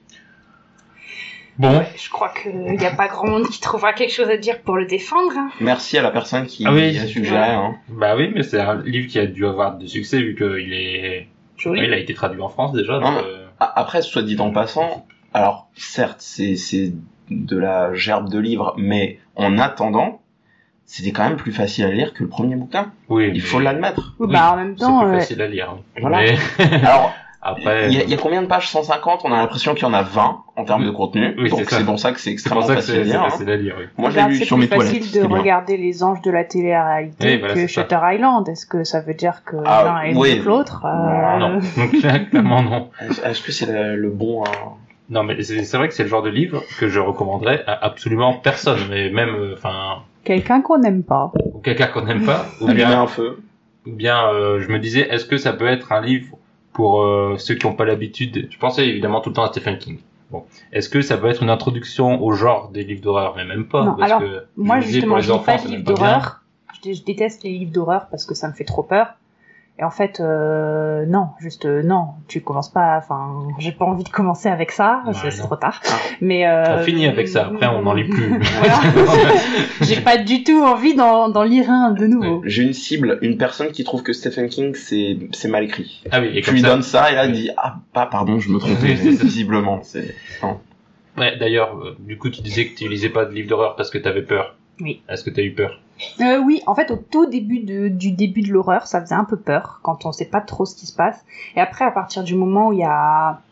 Bon. Ouais, je crois qu'il n'y a pas grand monde qui trouvera quelque chose à dire pour le défendre. hein. Merci à la personne qui Ah oui. a suggéré, hein. Bah oui, mais c'est un livre qui a dû avoir de succès vu qu'il est, Joli. ouais, il a été traduit en France déjà, donc, Ah. euh, Ah, Après, soit dit en passant, alors certes, c'est c'est de la gerbe de livres, mais en attendant, c'était quand même plus facile à lire que le premier bouquin. Oui. Il faut l'admettre. Oui, bah en même temps, c'est plus euh, facile à lire. Voilà. Mais Alors, après, il y, a, il y a combien de pages? cent cinquante. On a l'impression qu'il y en a vingt en termes de contenu. Oui, donc c'est ça. c'est pour ça que c'est c'est extrêmement pour ça que facile c'est à c'est lire. hein. facile à lire. Oui. Moi, je l'ai regarde, lu c'est sur plus mes toilettes. facile de c'était bien. regarder les anges de la télé-réalité Oui, voilà, que c'est ça. Shutter Island. Est-ce que ça veut dire que Ah, l'un est oui. mieux que l'autre euh, Non, donc, clairement non. Est-ce que c'est le, le bon... hein Non, mais c'est c'est vrai que c'est le genre de livre que je recommanderais à absolument personne, mais même, enfin, Quelqu'un qu'on n'aime pas. ou quelqu'un qu'on n'aime pas, ou Allumer bien, un feu. ou bien, euh, je me disais, est-ce que ça peut être un livre pour euh, ceux qui n'ont pas l'habitude. Je pensais évidemment tout le temps à Stephen King. Bon, est-ce que ça peut être une introduction au genre des livres d'horreur? Mais même pas. Non, parce alors, que moi je me disais, pour justement, les je lis enfants, pas ça de n'aime livres pas bien. d'horreur. Je, je déteste les livres d'horreur parce que ça me fait trop peur. Et en fait, euh, non, juste euh, non, tu commences pas. Enfin, j'ai pas envie de commencer avec ça, Ouais, c'est c'est non. trop tard. Ah. Mais euh, On finit avec ça. Après, on n'en lit plus. Voilà. J'ai pas du tout envie d'en d'en lire un de nouveau. J'ai une cible, une personne qui trouve que Stephen King c'est c'est mal écrit. Ah oui, et Tu comme lui ça. donnes ça et là il dit ah pas pardon je me trompais Oui, c'est ça. visiblement c'est non. Ouais, d'ailleurs, euh, du coup, tu disais que tu lisais pas de livres d'horreur parce que t'avais peur. Oui. Est-ce que t'as eu peur? Euh, oui, en fait, au tout début de, du début de l'horreur, ça faisait un peu peur quand on sait pas trop ce qui se passe. Et après, à partir du moment où il y a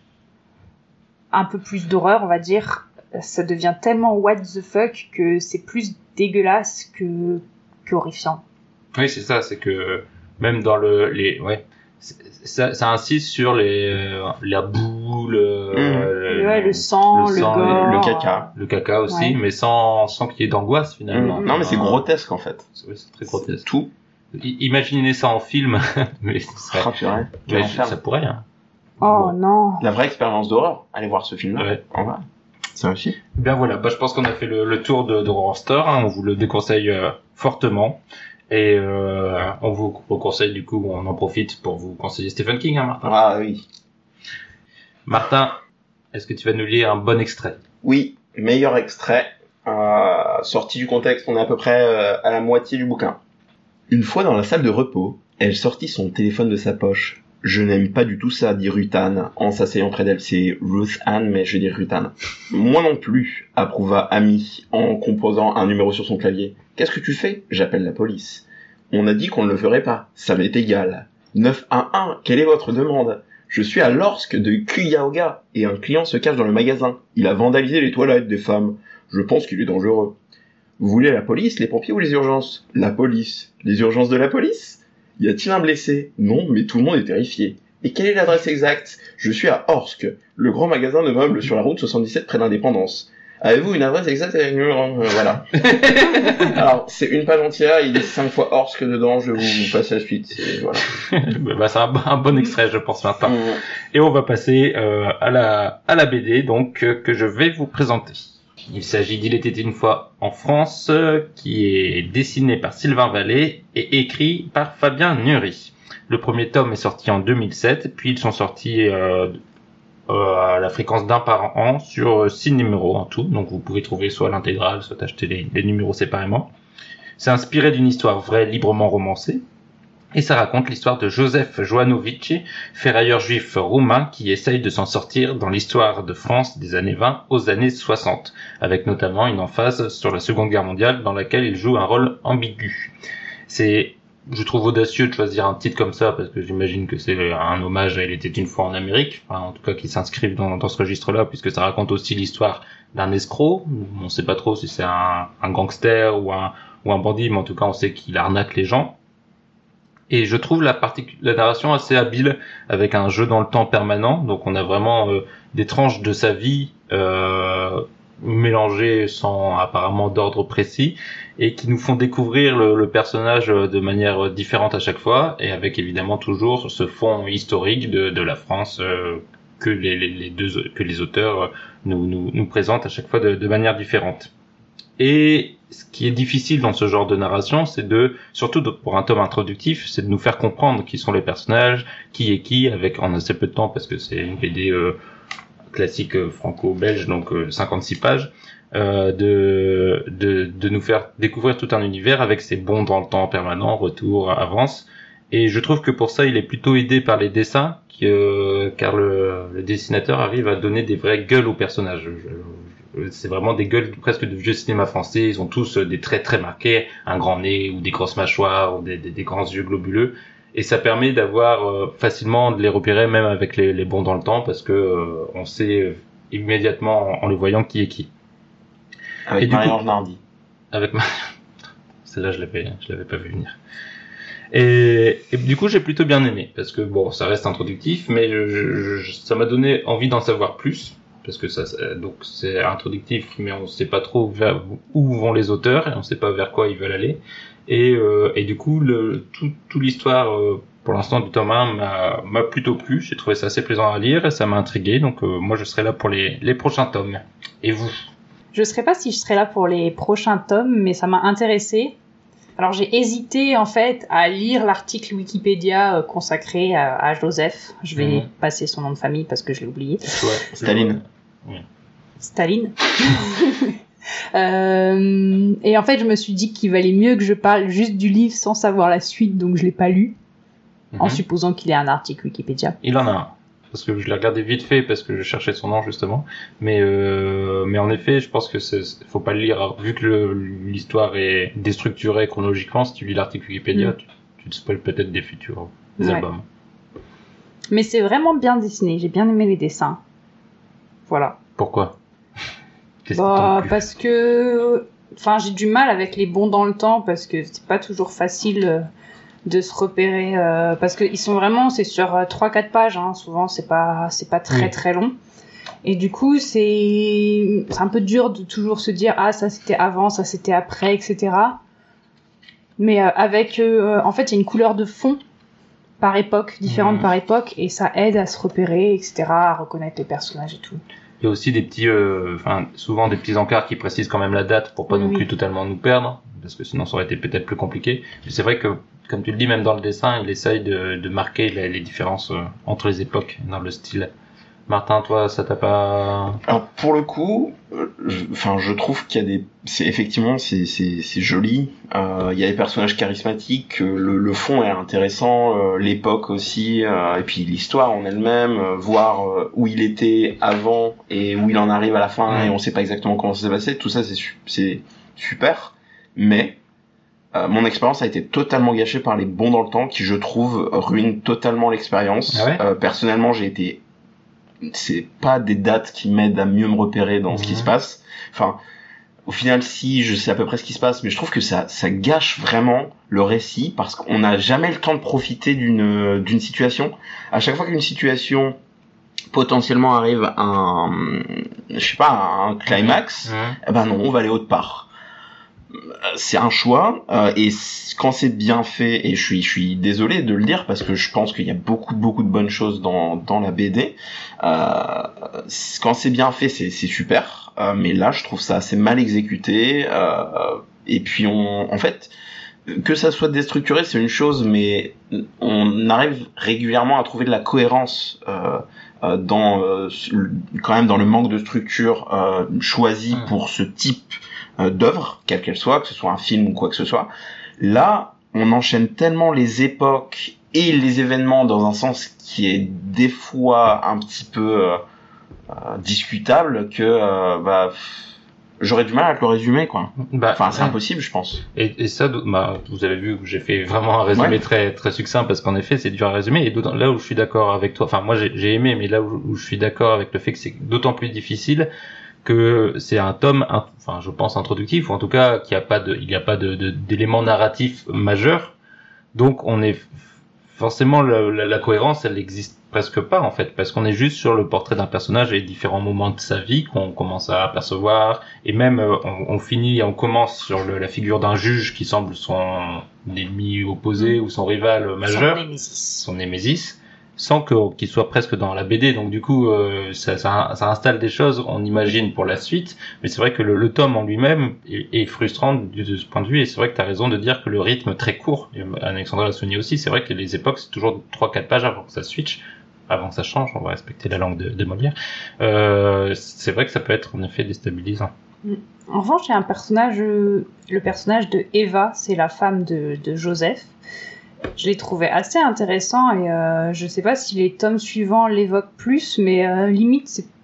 un peu plus d'horreur, on va dire, ça devient tellement what the fuck que c'est plus dégueulasse que qu'horrifiant. Oui, c'est ça. C'est que même dans le les ouais, c'est- ça, ça insiste sur les euh, la boue, le, le, Ouais, le sang, le le, sang, gore, le caca. le caca aussi, Ouais. mais sans sans qu'il y ait d'angoisse finalement. Mm. Non mais c'est Euh, grotesque en fait. C'est, c'est très grotesque. Tout. I- Imaginez ça en film, mais ce serait, Ah, purée. Quel mais enfer. ça pourrait. Hein. Oh Bon. non. La vraie expérience d'horreur. Allez voir ce film-là. Ouais. En vrai. C'est réussi. Bien voilà, bah, je pense qu'on a fait le, le tour de, de Horror Store, hein, on vous le déconseille euh, fortement. Et euh, on vous conseille du coup, on en profite pour vous conseiller Stephen King, hein, Martin. Ah oui. Martin, est-ce que tu vas nous lire un bon extrait? Oui, meilleur extrait. Euh, sorti du contexte, on est à peu près euh, à la moitié du bouquin. Une fois dans la salle de repos, elle sortit son téléphone de sa poche. Je n'aime pas du tout ça, dit Ruth Ann, en s'asseyant près d'elle. C'est Ruth Ann, mais je dis Ruth Ann. Moi non plus, approuva Amy, en composant un numéro sur son clavier. Qu'est-ce que tu fais? J'appelle la police. On a dit qu'on ne le ferait pas. Ça m'est égal. neuf un un, quelle est votre demande? Je suis à l'Orsk de Cuyahoga, et un client se cache dans le magasin. Il a vandalisé les toilettes des femmes. Je pense qu'il est dangereux. Vous voulez la police, les pompiers ou les urgences? La police. Les urgences de la police? Y a-t-il un blessé? Non, mais tout le monde est terrifié. Et quelle est l'adresse exacte? Je suis à Orsk, le grand magasin de meubles sur la route soixante-dix-sept près d'Indépendance. Avez-vous une adresse exacte avec le numéro? Euh, Voilà. Alors, c'est une page entière, il est cinq fois Orsk dedans, je vais vous passer la suite. Et voilà. bah, c'est un, bon- un bon extrait, je pense, Martin. Mmh. Et on va passer euh, à la à la B D donc euh, que je vais vous présenter. Il s'agit d'Il était une fois en France, euh, qui est dessiné par Sylvain Vallée et écrit par Fabien Nury. Le premier tome est sorti en deux mille sept, puis ils sont sortis euh, euh, à la fréquence d'un par an sur euh, six numéros en tout. Donc vous pouvez trouver soit l'intégrale, soit acheter les, les numéros séparément. C'est inspiré d'une histoire vraie, librement romancée. Et ça raconte l'histoire de Joseph Joanovici, ferrailleur juif roumain qui essaye de s'en sortir dans l'histoire de France des années vingt aux années soixante, avec notamment une emphase sur la Seconde Guerre mondiale dans laquelle il joue un rôle ambigu. C'est, je trouve audacieux de choisir un titre comme ça parce que j'imagine que c'est un hommage à Il était une fois en Amérique, enfin, en tout cas qui s'inscrivent dans, dans ce registre-là puisque ça raconte aussi l'histoire d'un escroc. On sait pas trop si c'est un, un gangster ou un, ou un bandit, mais en tout cas on sait qu'il arnaque les gens. Et je trouve la, particu- la narration assez habile avec un jeu dans le temps permanent. Donc on a vraiment euh, des tranches de sa vie euh, mélangées sans apparemment d'ordre précis et qui nous font découvrir le, le personnage de manière différente à chaque fois et avec évidemment toujours ce fond historique de, de la France euh, que les, les, les deux que les auteurs nous, nous, nous présentent à chaque fois de, de manière différente. Et ce qui est difficile dans ce genre de narration, c'est de, surtout de- pour un tome introductif, c'est de nous faire comprendre qui sont les personnages, qui est qui, avec en assez peu de temps, parce que c'est une B D euh, classique euh, franco-belge, donc euh, cinquante-six pages, euh, de, de, de nous faire découvrir tout un univers avec ses bonds dans le temps permanent, retour, avance. Et je trouve que pour ça, il est plutôt aidé par les dessins, qui, euh, car le, le dessinateur arrive à donner des vraies gueules aux personnages. Je- c'est vraiment des gueules presque de vieux cinéma français. Ils ont tous des traits très marqués, un grand nez ou des grosses mâchoires ou des, des, des grands yeux globuleux. Et ça permet d'avoir euh, facilement de les repérer même avec les, les bons dans le temps parce que euh, on sait euh, immédiatement en, en les voyant qui est qui. Avec Marie-Ange Nardi. Avec Marie... Celle-là, je l'avais, je l'avais pas vu venir. Et, et du coup, j'ai plutôt bien aimé parce que bon, ça reste introductif, mais je, je, je, ça m'a donné envie d'en savoir plus parce que ça, ça donc c'est introductif, mais on sait pas trop vers où vont les auteurs et on sait pas vers quoi ils veulent aller. Et, euh, et du coup, le, tout, tout l'histoire euh, pour l'instant du tome un m'a, m'a plutôt plu. J'ai trouvé ça assez plaisant à lire et ça m'a intrigué. Donc euh, moi, je serai là pour les, les prochains tomes. Et vous? Je ne sais pas si je serai là pour les prochains tomes, mais ça m'a intéressé. Alors j'ai hésité en fait à lire l'article Wikipédia consacré à, à Joseph. Je vais mmh. passer son nom de famille parce que je l'ai oublié. Ouais, Staline. Ouais. Staline. euh, et en fait je me suis dit qu'il valait mieux que je parle juste du livre sans savoir la suite, donc je l'ai pas lu, mmh. en supposant qu'il ait un article Wikipédia. Il en a un. Parce que je l'ai regardé vite fait parce que je cherchais son nom justement, mais euh, mais en effet, je pense que c'est, faut pas le lire. Alors, vu que le, l'histoire est déstructurée chronologiquement, si tu lis l'article Wikipédia, mm. tu, tu te spoil peut-être des futurs des ouais. albums. Mais c'est vraiment bien dessiné. J'ai bien aimé les dessins. Voilà. Pourquoi? Qu'est-ce bah, que parce que, enfin, j'ai du mal avec les bons dans le temps parce que c'est pas toujours facile de se repérer euh, parce que ils sont vraiment c'est sur euh, trois quatre pages hein, souvent c'est pas c'est pas très oui. très long et du coup c'est c'est un peu dur de toujours se dire ah ça c'était avant, ça c'était après, etc. mais euh, avec euh, en fait il y a une couleur de fond par époque différente mmh. par époque et ça aide à se repérer, etc., à reconnaître les personnages et tout. Il y a aussi des petits enfin euh, souvent des petits encarts qui précisent quand même la date pour pas oui. non plus totalement nous perdre parce que sinon ça aurait été peut-être plus compliqué, mais c'est vrai que comme tu le dis, même dans le dessin, il essaye de, de marquer les, les différences euh, entre les époques dans le style. Martin, toi, ça t'a pas... Alors, pour le coup, enfin, je, je trouve qu'il y a des... C'est, effectivement, c'est, c'est, c'est joli. Euh, il y a des personnages charismatiques, le, le fond est intéressant, euh, l'époque aussi, euh, et puis l'histoire en elle-même, euh, voir euh, où il était avant et où il en arrive à la fin, mmh. et on sait pas exactement comment ça s'est passé. Tout ça, c'est, c'est super, mais... Euh, mon expérience a été totalement gâchée par les bons dans le temps qui, je trouve, ruinent totalement l'expérience. Ah ouais euh, personnellement, j'ai été... C'est pas des dates qui m'aident à mieux me repérer dans mmh. ce qui se passe. Enfin, au final, si, je sais à peu près ce qui se passe, mais je trouve que ça, ça gâche vraiment le récit parce qu'on n'a jamais le temps de profiter d'une, d'une situation. À chaque fois qu'une situation potentiellement arrive à un, je sais pas, à un climax, mmh. eh ben non, on va aller autre part. C'est un choix euh, et quand c'est bien fait, et je suis je suis désolé de le dire parce que je pense qu'il y a beaucoup beaucoup de bonnes choses dans dans la B D, euh, quand c'est bien fait c'est c'est super, euh, mais là je trouve ça assez mal exécuté, euh, et puis on en fait que ça soit déstructuré c'est une chose, mais on arrive régulièrement à trouver de la cohérence euh, euh, dans euh, quand même dans le manque de structure euh, choisie mmh. pour ce type d'œuvre, quelle qu'elle soit, que ce soit un film ou quoi que ce soit. Là, on enchaîne tellement les époques et les événements dans un sens qui est des fois un petit peu euh, euh, discutable que euh, bah, j'aurais du mal à te le résumer, quoi. Bah, enfin, c'est ouais. impossible, je pense. Et, et ça, bah, vous avez vu que j'ai fait vraiment un résumé ouais. très très succinct parce qu'en effet, c'est dur à résumer. Et d'autant, là où je suis d'accord avec toi, enfin moi j'ai, j'ai aimé, mais là où, où je suis d'accord avec le fait que c'est d'autant plus difficile que c'est un tome, enfin je pense introductif, ou en tout cas qu'il n'y a pas de, il n'y a pas de, de d'éléments narratifs majeurs. Donc on est forcément la, la, la cohérence, elle n'existe presque pas en fait, parce qu'on est juste sur le portrait d'un personnage et différents moments de sa vie qu'on commence à apercevoir, et même on, on finit, on commence sur le, la figure d'un juge qui semble son ennemi opposé ou son rival majeur, son némésis, son némésis. Sans que, qu'il soit presque dans la B D, donc du coup euh, ça, ça, ça installe des choses, on imagine pour la suite, mais c'est vrai que le, le tome en lui-même est, est frustrant de, de ce point de vue, et c'est vrai que tu as raison de dire que le rythme très court, et Alexandra l'a souligné aussi, c'est vrai que les époques c'est toujours trois quatre pages avant que ça switch, avant que ça change, on va respecter la langue de, de Molière, euh, c'est vrai que ça peut être en effet déstabilisant. En revanche, il y a un personnage, le personnage de Eva, c'est la femme de, de Joseph. Je l'ai trouvé assez intéressant et euh, je sais pas si les tomes suivants l'évoquent plus, mais euh, limite c'est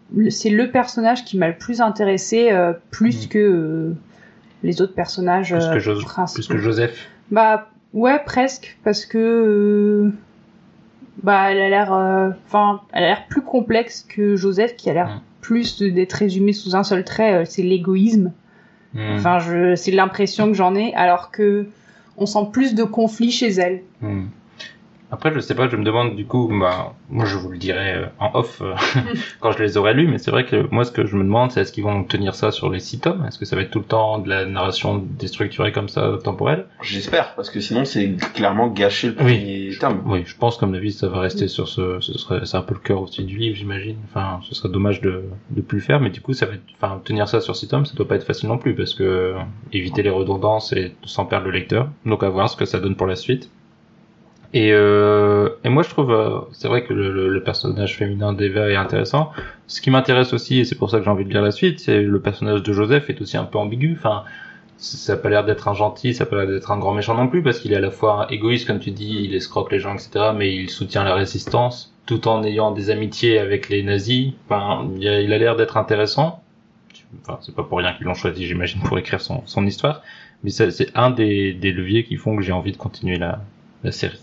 c'est le personnage qui m'a le plus intéressé, euh, plus mmh. que euh, les autres personnages plus que, euh, Jo- principaux. plus que Joseph. Bah ouais, presque, parce que euh, bah elle a l'air, enfin, euh, elle a l'air plus complexe que Joseph, qui a l'air mmh. plus de, d'être résumé sous un seul trait. Euh, c'est l'égoïsme. Mmh. Enfin, je, c'est l'impression que j'en ai, alors que on sent plus de conflits chez elle. Mmh. Après, je sais pas, je me demande du coup, bah, moi je vous le dirai euh, en off euh, quand je les aurai lus, mais c'est vrai que moi ce que je me demande, c'est est-ce qu'ils vont tenir ça sur les six tomes ? Est-ce que ça va être tout le temps de la narration déstructurée comme ça, temporelle ? J'espère, parce que sinon c'est clairement gâcher le premier oui. tome. Oui, je pense qu'à mon avis ça va rester sur ce, ce serait, c'est un peu le cœur aussi du livre, j'imagine. Enfin, ce serait dommage de de plus le faire, mais du coup ça va être, enfin, tenir ça sur six tomes, ça doit pas être facile non plus, parce que euh, éviter les redondances et sans perdre le lecteur. Donc à voir ce que ça donne pour la suite. Et, euh, et moi je trouve, euh, c'est vrai que le, le, le personnage féminin d'Eva est intéressant. Ce qui m'intéresse aussi, et c'est pour ça que j'ai envie de lire la suite, c'est le personnage de Joseph est aussi un peu ambigu. Enfin, ça a pas l'air d'être un gentil, ça a pas l'air d'être un grand méchant non plus, parce qu'il est à la fois égoïste, comme tu dis, il escroque les gens, et cetera, mais il soutient la résistance, tout en ayant des amitiés avec les nazis. Enfin, il a, il a l'air d'être intéressant. Enfin, c'est pas pour rien qu'ils l'ont choisi, j'imagine, pour écrire son, son histoire. Mais ça, c'est un des, des leviers qui font que j'ai envie de continuer la, la série.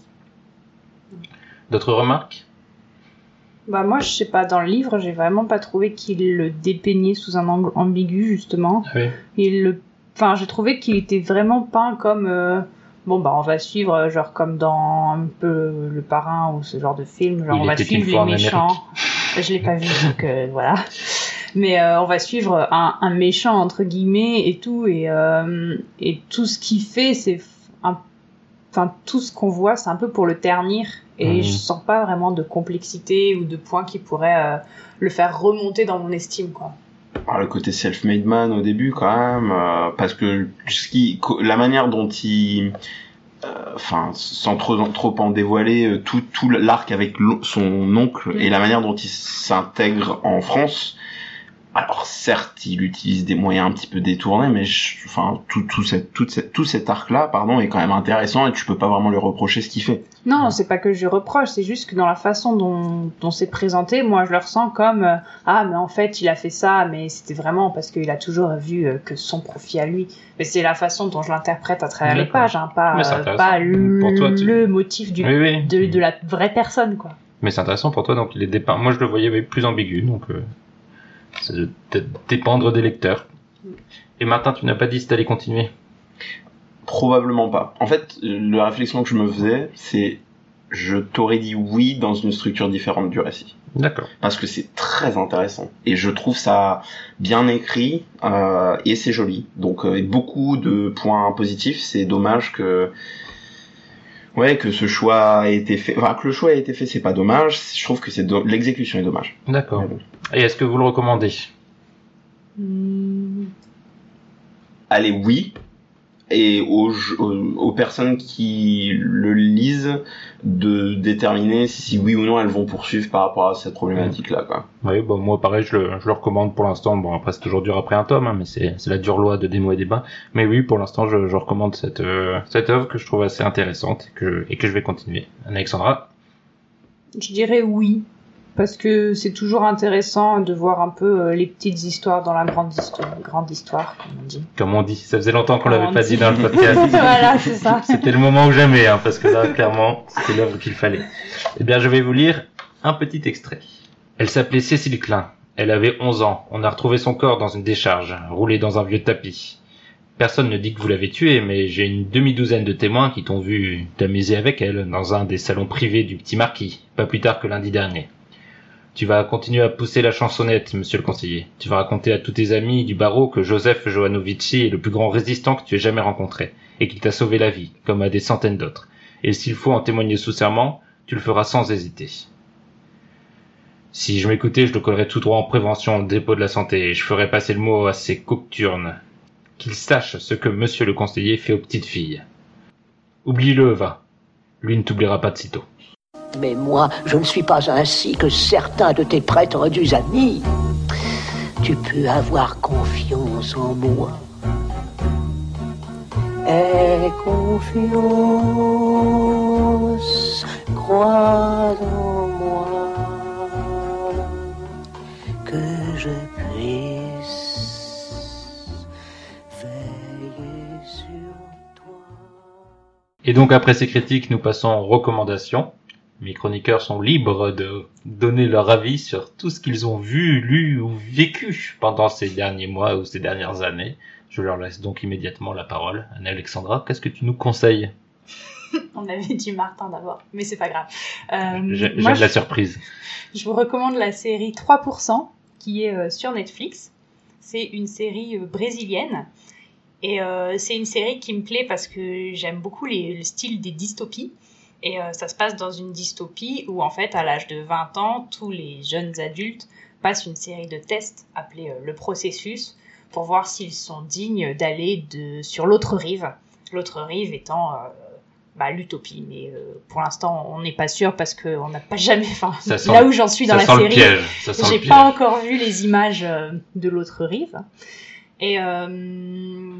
D'autres remarques ? Bah moi je sais pas, dans le livre j'ai vraiment pas trouvé qu'il le dépeignait sous un angle ambigu justement. Ah oui. Il le, enfin j'ai trouvé qu'il était vraiment peint comme euh... bon bah on va suivre genre comme dans un peu Le Parrain ou ce genre de film, genre Il on va suivre les méchants. Je l'ai pas vu donc euh, voilà. Mais euh, on va suivre un, un méchant entre guillemets et tout et euh, et tout ce qu'il fait c'est un, enfin tout ce qu'on voit c'est un peu pour le ternir. Et mmh. je sens pas vraiment de complexité ou de points qui pourraient euh, le faire remonter dans mon estime, quoi. Ah, le côté self-made man au début, quand même, euh, parce que ce qui, la manière dont il, enfin, euh, sans trop, trop en dévoiler, tout, tout l'arc avec son oncle mmh. et la manière dont il s'intègre en France. Alors certes, il utilise des moyens un petit peu détournés, mais je, enfin tout tout cette toute cette tout cet arc-là, pardon, est quand même intéressant et tu peux pas vraiment lui reprocher ce qu'il fait. Non, c'est pas que je reproche, c'est juste que dans la façon dont dont c'est présenté, moi je le ressens comme euh, ah mais en fait il a fait ça, mais c'était vraiment parce qu'il a toujours vu euh, que son profit à lui. Mais c'est la façon dont je l'interprète à travers les pages, hein, pas euh, pas le, toi, tu... le motif du oui, oui. de de la vraie personne, quoi. Mais c'est intéressant pour toi, donc il est dépeint. Moi je le voyais plus ambigu, donc. Euh... C'est de dépendre des lecteurs. Et Martin, tu n'as pas dit si t'allais continuer ? Probablement pas. En fait, la réflexion que je me faisais, c'est je t'aurais dit oui dans une structure différente du récit. D'accord. Parce que c'est très intéressant. Et je trouve ça bien écrit euh, et c'est joli. Donc euh, beaucoup de points positifs. C'est dommage que... Ouais, que ce choix ait été fait, enfin, que le choix ait été fait, c'est pas dommage. Je trouve que c'est do... l'exécution est dommage. D'accord. Bon. Et est-ce que vous le recommandez ? mmh. Allez, oui. Et aux, aux, aux personnes qui le lisent, de déterminer si oui ou non elles vont poursuivre par rapport à cette problématique-là, quoi. Oui, bon, moi, pareil, je le, je le recommande pour l'instant. Bon, après, c'est toujours dur après un tome, hein, mais c'est, c'est la dure loi de Démo et Débat. Mais oui, pour l'instant, je, je recommande cette, euh, cette œuvre que je trouve assez intéressante et que, et que je vais continuer. Alexandra ? Je dirais oui. Parce que c'est toujours intéressant de voir un peu euh, les petites histoires dans la grande histoire, grande histoire, comme on dit. Comme on dit, ça faisait longtemps qu'on Comme l'avait on pas dit. dit dans le podcast. Voilà, c'est ça. C'était le moment ou jamais, hein, parce que là, clairement, c'était l'œuvre qu'il fallait. Eh bien, je vais vous lire un petit extrait. Elle s'appelait Cécile Klein. Elle avait onze ans. On a retrouvé son corps dans une décharge, roulé dans un vieux tapis. Personne ne dit que vous l'avez tuée, mais j'ai une demi-douzaine de témoins qui t'ont vu t'amuser avec elle dans un des salons privés du Petit Marquis, pas plus tard que lundi dernier. Tu vas continuer à pousser la chansonnette, monsieur le conseiller. Tu vas raconter à tous tes amis du barreau que Joseph Joanovici est le plus grand résistant que tu aies jamais rencontré, et qu'il t'a sauvé la vie, comme à des centaines d'autres. Et s'il faut en témoigner sous serment, tu le feras sans hésiter. Si je m'écoutais, je le collerais tout droit en prévention au dépôt de la santé, et je ferais passer le mot à ces cocturnes. Qu'ils sachent ce que monsieur le conseiller fait aux petites filles. Oublie-le, va. Lui ne t'oubliera pas de sitôt. Mais moi, je ne suis pas ainsi que certains de tes prétendus amis. Tu peux avoir confiance en moi. Aie confiance, crois en moi, que Et donc après ces critiques, nous passons aux recommandations. Mes chroniqueurs sont libres de donner leur avis sur tout ce qu'ils ont vu, lu ou vécu pendant ces derniers mois ou ces dernières années. Je leur laisse donc immédiatement la parole. Anne-Alexandra, qu'est-ce que tu nous conseilles ? On avait dit Martin d'abord, mais c'est pas grave. Euh, J'ai- moi, J'aime je, la surprise. je vous recommande la série trois pour cent qui est euh, sur Netflix. C'est une série euh, brésilienne. Et euh, c'est une série qui me plaît parce que j'aime beaucoup les, le style des dystopies. Et euh, ça se passe dans une dystopie où, en fait, à l'âge de vingt ans, tous les jeunes adultes passent une série de tests appelés euh, le processus pour voir s'ils sont dignes d'aller de, sur l'autre rive. L'autre rive étant euh, bah, l'utopie. Mais euh, pour l'instant, on n'est pas sûr parce qu'on n'a pas jamais... Enfin, Ça sent là le- où j'en suis dans Ça la sent le série, piège. Ça sent le j'ai piège. pas encore vu les images euh, de l'autre rive. Et, euh,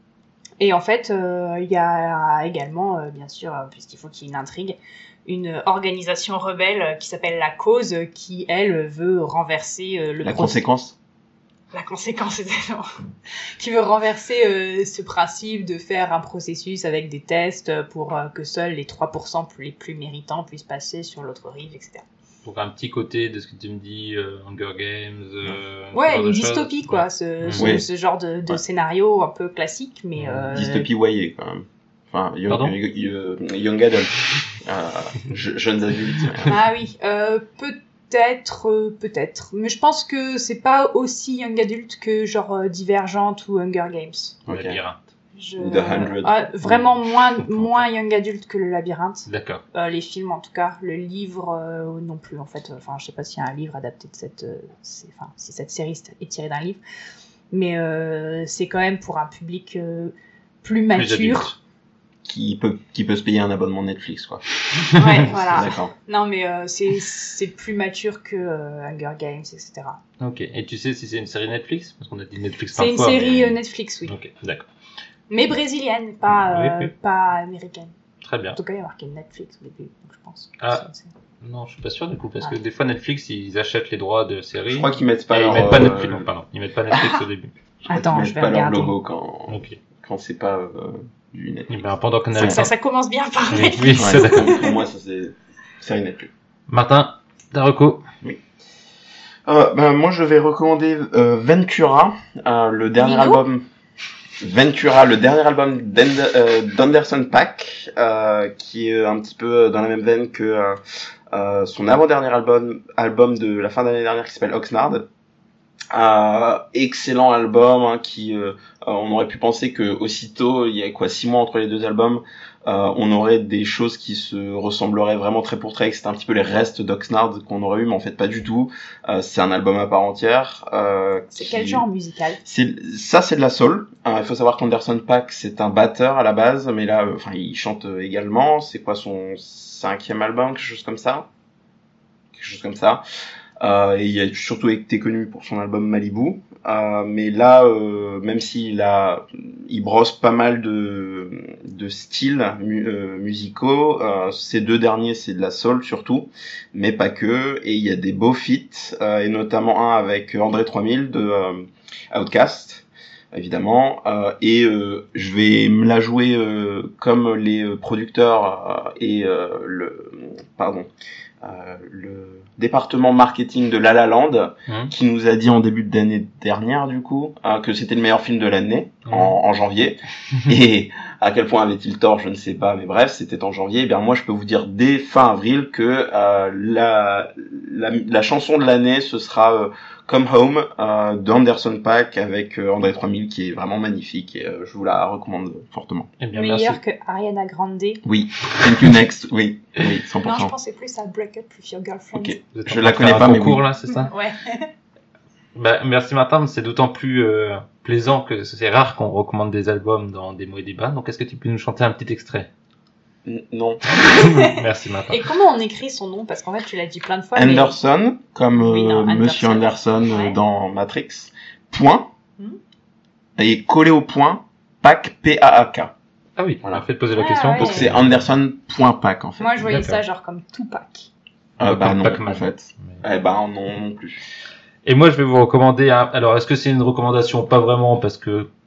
et en fait, euh, il y a également, euh, bien sûr, euh, puisqu'il faut qu'il y ait une intrigue, une organisation rebelle euh, qui s'appelle La Cause, euh, qui, elle, veut renverser euh, le La pro- conséquence. La conséquence, exactement. Qui veut renverser euh, ce principe de faire un processus avec des tests pour euh, que seuls les trois pour cent les plus méritants puissent passer sur l'autre rive, et cetera. Donc un petit côté de ce que tu me dis, euh, Hunger Games. Euh, ce Ouais, genre de une choses. dystopie, quoi. Ouais. Ce, Mm. ce, Oui. ce genre de, de Ouais. scénario un peu classique, mais... Euh, Dystopie wayée, quand même. Enfin, young, Pardon young, young- young adult. Euh, je- jeunes adultes. Ah oui, euh, peut-être, euh, peut-être. Mais je pense que c'est pas aussi young adulte que genre euh, Divergente ou Hunger Games. Ok. Labyrinthe. Je... Ou The Hundred. Ah, vraiment moins, moins young adulte que le Labyrinthe. D'accord. Euh, les films en tout cas, le livre euh, non plus en fait. Enfin, je sais pas s'il y a un livre adapté de cette, euh, c'est- enfin, si cette série est tirée d'un livre, mais euh, c'est quand même pour un public euh, plus Plus mature. adulte. Qui peut, qui peut se payer un abonnement Netflix, quoi. Ouais, voilà. D'accord. Non, mais euh, c'est c'est plus mature que euh, Hunger Games, et cetera. Ok. Et tu sais si c'est une série Netflix? Parce qu'on a dit Netflix C'est une parfois, série mais- euh, Netflix, oui, Ok, d'accord. mais brésilienne, pas euh, Oui, oui. pas américaine. Très bien. En tout cas, il y a marqué Netflix au début, donc je pense. que Ah. c'est- c'est- Non, je suis pas sûr du coup, parce Ah. que des fois Netflix, ils achètent les droits de séries. Je crois qu'ils mettent pas et leur, ils mettent pas euh, Netflix. Non, pardon. Ils mettent pas Netflix au début. je crois Attends, qu'ils je mettent vais pas leur regarder. logo quand, Ok. quand c'est pas, euh, du Et Netflix. ben, pendant qu'on a Ça, le ça, temps- ça commence bien par Oui, Netflix. oui, Ouais, c'est d'accord. pour, pour moi, ça c'est, c'est Netflix. Martin, Daroko. Euh, ben, moi, je vais recommander euh, Ventura, euh, le dernier Lino album. Ventura, le dernier album d'And- euh, d'Anderson Paak, euh, qui est un petit peu dans la même veine que euh, euh, son avant-dernier album, album de la fin d'année dernière qui s'appelle Oxnard. Euh, excellent album, hein, qui euh, euh, on aurait pu penser que aussitôt, il y a quoi, six mois entre les deux albums, euh, on aurait des choses qui se ressembleraient vraiment très pour trait, que c'était un petit peu les restes d'Oxnard qu'on aurait eu, mais en fait pas du tout. Euh, c'est un album à part entière. Euh, C'est qui- quel genre musical? c'est, ça, c'est de la soul. Euh, il faut savoir qu'Anderson Paak, c'est un batteur à la base, mais là, euh, enfin, il chante euh, également. C'est quoi son cinquième album, quelque chose comme ça, quelque chose comme ça. Euh, et il a surtout été connu pour son album Malibu. Euh, mais là, euh, même s'il a, il brosse pas mal de, de styles mu- euh, musicaux. Euh, ces deux derniers, c'est de la soul surtout, mais pas que. Et il y a des beaux feats, euh, et notamment un avec André trois mille de euh, Outkast, évidemment. Euh, et euh, je vais me la jouer euh, comme les euh, producteurs euh, et euh, le, pardon, euh, le département marketing de La La Land, Mmh. qui nous a dit en début d'année dernière, du coup, euh, que c'était le meilleur film de l'année, Mmh. en, en janvier. Et à quel point avait-il tort, je ne sais pas, mais bref, c'était en janvier. Et bien moi, je peux vous dire dès fin avril que euh, la, la, la chanson de l'année, ce sera euh, Come Home euh, d'Anderson Paak avec euh, André trois mille, qui est vraiment magnifique, et euh, je vous la recommande fortement. Eh bien, merci. Meilleur que Ariana Grande. Oui, Thank You Next, oui, oui, cent pour Non, je cent. pensais plus à Break Up With Your Girlfriend. Ok, Vous êtes en je train la de connais faire pas, un mais concours, oui. là, c'est ça? Ouais. Bah, merci Martin, c'est d'autant plus euh, plaisant que c'est rare qu'on recommande des albums dans des mots et débats. Donc, est-ce que tu peux nous chanter un petit extrait? N- Non. Merci Martin. Et comment on écrit son nom? Parce qu'en fait, tu l'as dit plein de fois. mais- Anderson, comme euh, Oui, non, Anderson. Monsieur Anderson euh, Ouais. dans Matrix, point, Hmm. et collé au point, Paak, P A A K. Ah oui, Voilà. on a fait de poser la Ah, question. ouais. parce Donc que- c'est Anderson.Paak en fait. Moi, je voyais D'accord. ça genre comme Tupac. Euh, bah Comme non, Pac-Man. en fait. Mais- Eh ben non, non plus. Et moi, je vais vous recommander un... Alors, est-ce que c'est une recommandation? Pas vraiment, parce que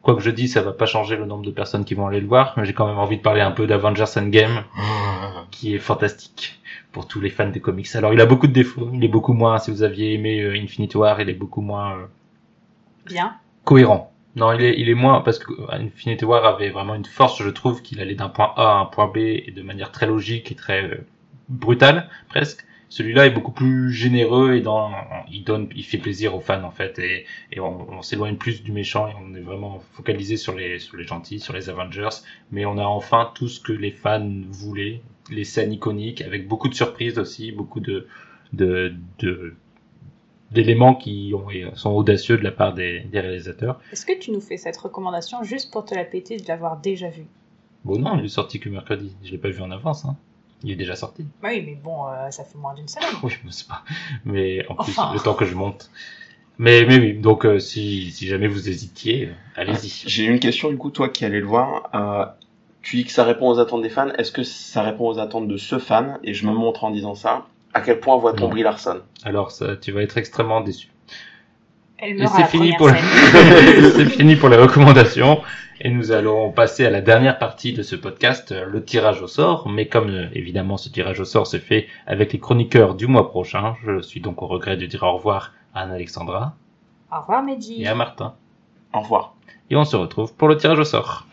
quoi que je dis, ça va pas changer le nombre de personnes qui vont aller le voir, mais j'ai quand même envie de parler un peu d'Avengers Endgame, qui est fantastique pour tous les fans des comics. Alors, il a beaucoup de défauts. Il est beaucoup moins, si vous aviez aimé euh, Infinity War, il est beaucoup moins euh, Bien. cohérent. Non, il est, il est moins, parce que Infinity War avait vraiment une force, je trouve, qu'il allait d'un point A à un point B, et de manière très logique et très euh, brutale, presque. Celui-là est beaucoup plus généreux et dans, il donne, il fait plaisir aux fans, en fait, et, et on, on s'éloigne plus du méchant et on est vraiment focalisé sur les, sur les gentils, sur les Avengers, mais on a enfin tout ce que les fans voulaient, les scènes iconiques, avec beaucoup de surprises aussi, beaucoup de, de, de, d'éléments qui ont, sont audacieux de la part des, des réalisateurs. Est-ce que tu nous fais cette recommandation juste pour te la péter de l'avoir déjà vu? Bon non, il est sorti que mercredi, je l'ai pas vu en avance, hein. Il est déjà sorti. Bah oui, mais bon, euh, ça fait moins d'une semaine. Oui, je sais pas. Mais en plus, Enfin. le temps que je monte. Mais, mais oui, donc euh, si, si jamais vous hésitiez, euh, allez-y. J'ai une question, du coup, toi qui allais le voir. Euh, tu dis que ça répond aux attentes des fans. Est-ce que ça répond aux attentes de ce fan? Et je me montre en disant ça. À quel point voit-on Non. Brie Larson? Alors ça, tu vas être extrêmement déçu. Elle Et meurt à c'est la fini première pour scène. c'est fini pour les recommandations. Et nous allons passer à la dernière partie de ce podcast, euh, le tirage au sort. Mais comme euh, évidemment ce tirage au sort se fait avec les chroniqueurs du mois prochain, je suis donc au regret de dire au revoir à Anne-Alexandra Au revoir, Mehdi. et à Martin. Au revoir. Et on se retrouve pour le tirage au sort.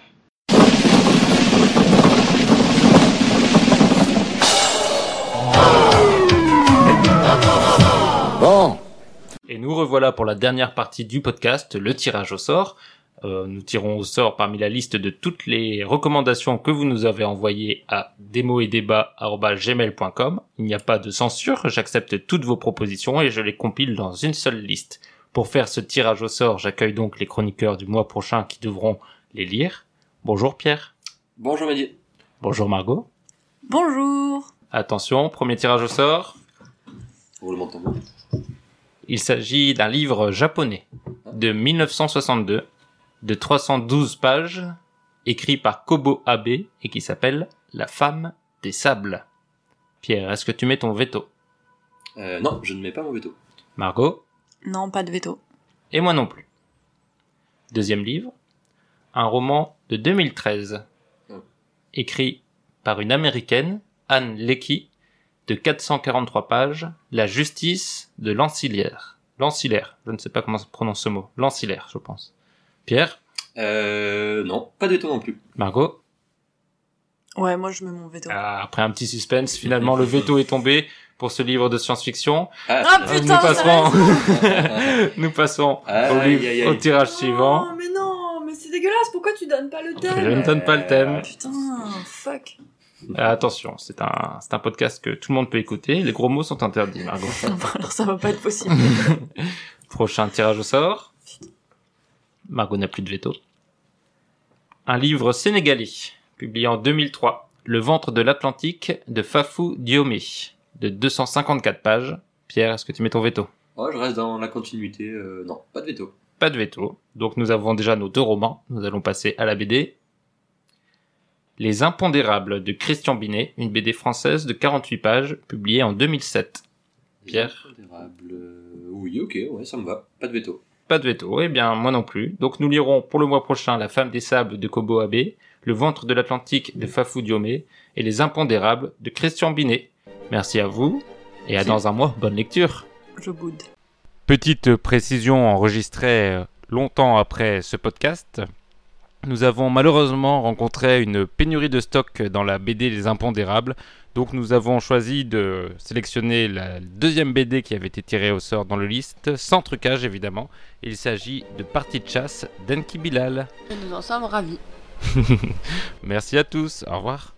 Bon, Et nous revoilà pour la dernière partie du podcast, le tirage au sort. Euh, nous tirons au sort parmi la liste de toutes les recommandations que vous nous avez envoyées à demoetdébat arobase gmail point com. Il n'y a pas de censure, j'accepte toutes vos propositions et je les compile dans une seule liste. Pour faire ce tirage au sort, j'accueille donc les chroniqueurs du mois prochain qui devront les lire. Bonjour Pierre. Bonjour Mehdi. Bonjour Margot. Bonjour. Attention, premier tirage au sort. Roulement de tambour. Il s'agit d'un livre japonais de mille neuf cent soixante-deux, de trois cent douze pages, écrit par Kobo Abe et qui s'appelle La femme des sables. Pierre, est-ce que tu mets ton veto? Euh, non, je ne mets pas mon veto. Margot? Non, pas de veto. Et moi non plus. Deuxième livre, un roman de deux mille treize, Oh. écrit par une américaine, Anne Leckie, de quatre cent quarante-trois pages, La justice de l'ancillaire. L'ancillaire, je ne sais pas comment se prononce ce mot. L'ancillaire, je pense. Pierre? Euh, non, pas de veto non plus. Margot? Ouais, moi je mets mon veto. Ah, après un petit suspense, finalement le veto est tombé pour ce livre de science-fiction. Ah, Ah, c'est- putain, nous passerons, raison. nous passons Aïe, au, livre- aïe, aïe. au tirage suivant. Oh, mais non, mais c'est dégueulasse, pourquoi tu donnes pas le Je thème? ne donne pas le thème. Putain, fuck. Euh, attention, c'est un, c'est un podcast que tout le monde peut écouter. Les gros mots sont interdits, Margot. Alors ça va pas être possible. Prochain tirage au sort. Margot n'a plus de veto. Un livre sénégalais, publié en deux mille trois. Le ventre de l'Atlantique de Fafou Diomé, de deux cent cinquante-quatre pages. Pierre, est-ce que tu mets ton veto? Oh, je reste dans la continuité. Euh, non, pas de veto. Pas de veto. Donc nous avons déjà nos deux romans. Nous allons passer à la B D. Les Impondérables de Christian Binet, une B D française de quarante-huit pages, publiée en deux mille sept. Pierre? Impondérable, euh, oui, ok, ouais, ça me va. Pas de veto. Pas de veto. Eh bien, moi non plus. Donc nous lirons pour le mois prochain La femme des sables de Kobo Abe, Le ventre de l'Atlantique de Fafou Diomé et Les Impondérables de Christian Binet. Merci à vous et à Merci. dans un mois. Bonne lecture. Je boude. Petite précision enregistrée longtemps après ce podcast. Nous avons malheureusement rencontré une pénurie de stock dans la B D Les Impondérables. Donc nous avons choisi de sélectionner la deuxième B D qui avait été tirée au sort dans le liste, sans trucage évidemment. Il s'agit de Partie de chasse d'Enki Bilal. Et nous en sommes ravis. Merci à tous, au revoir.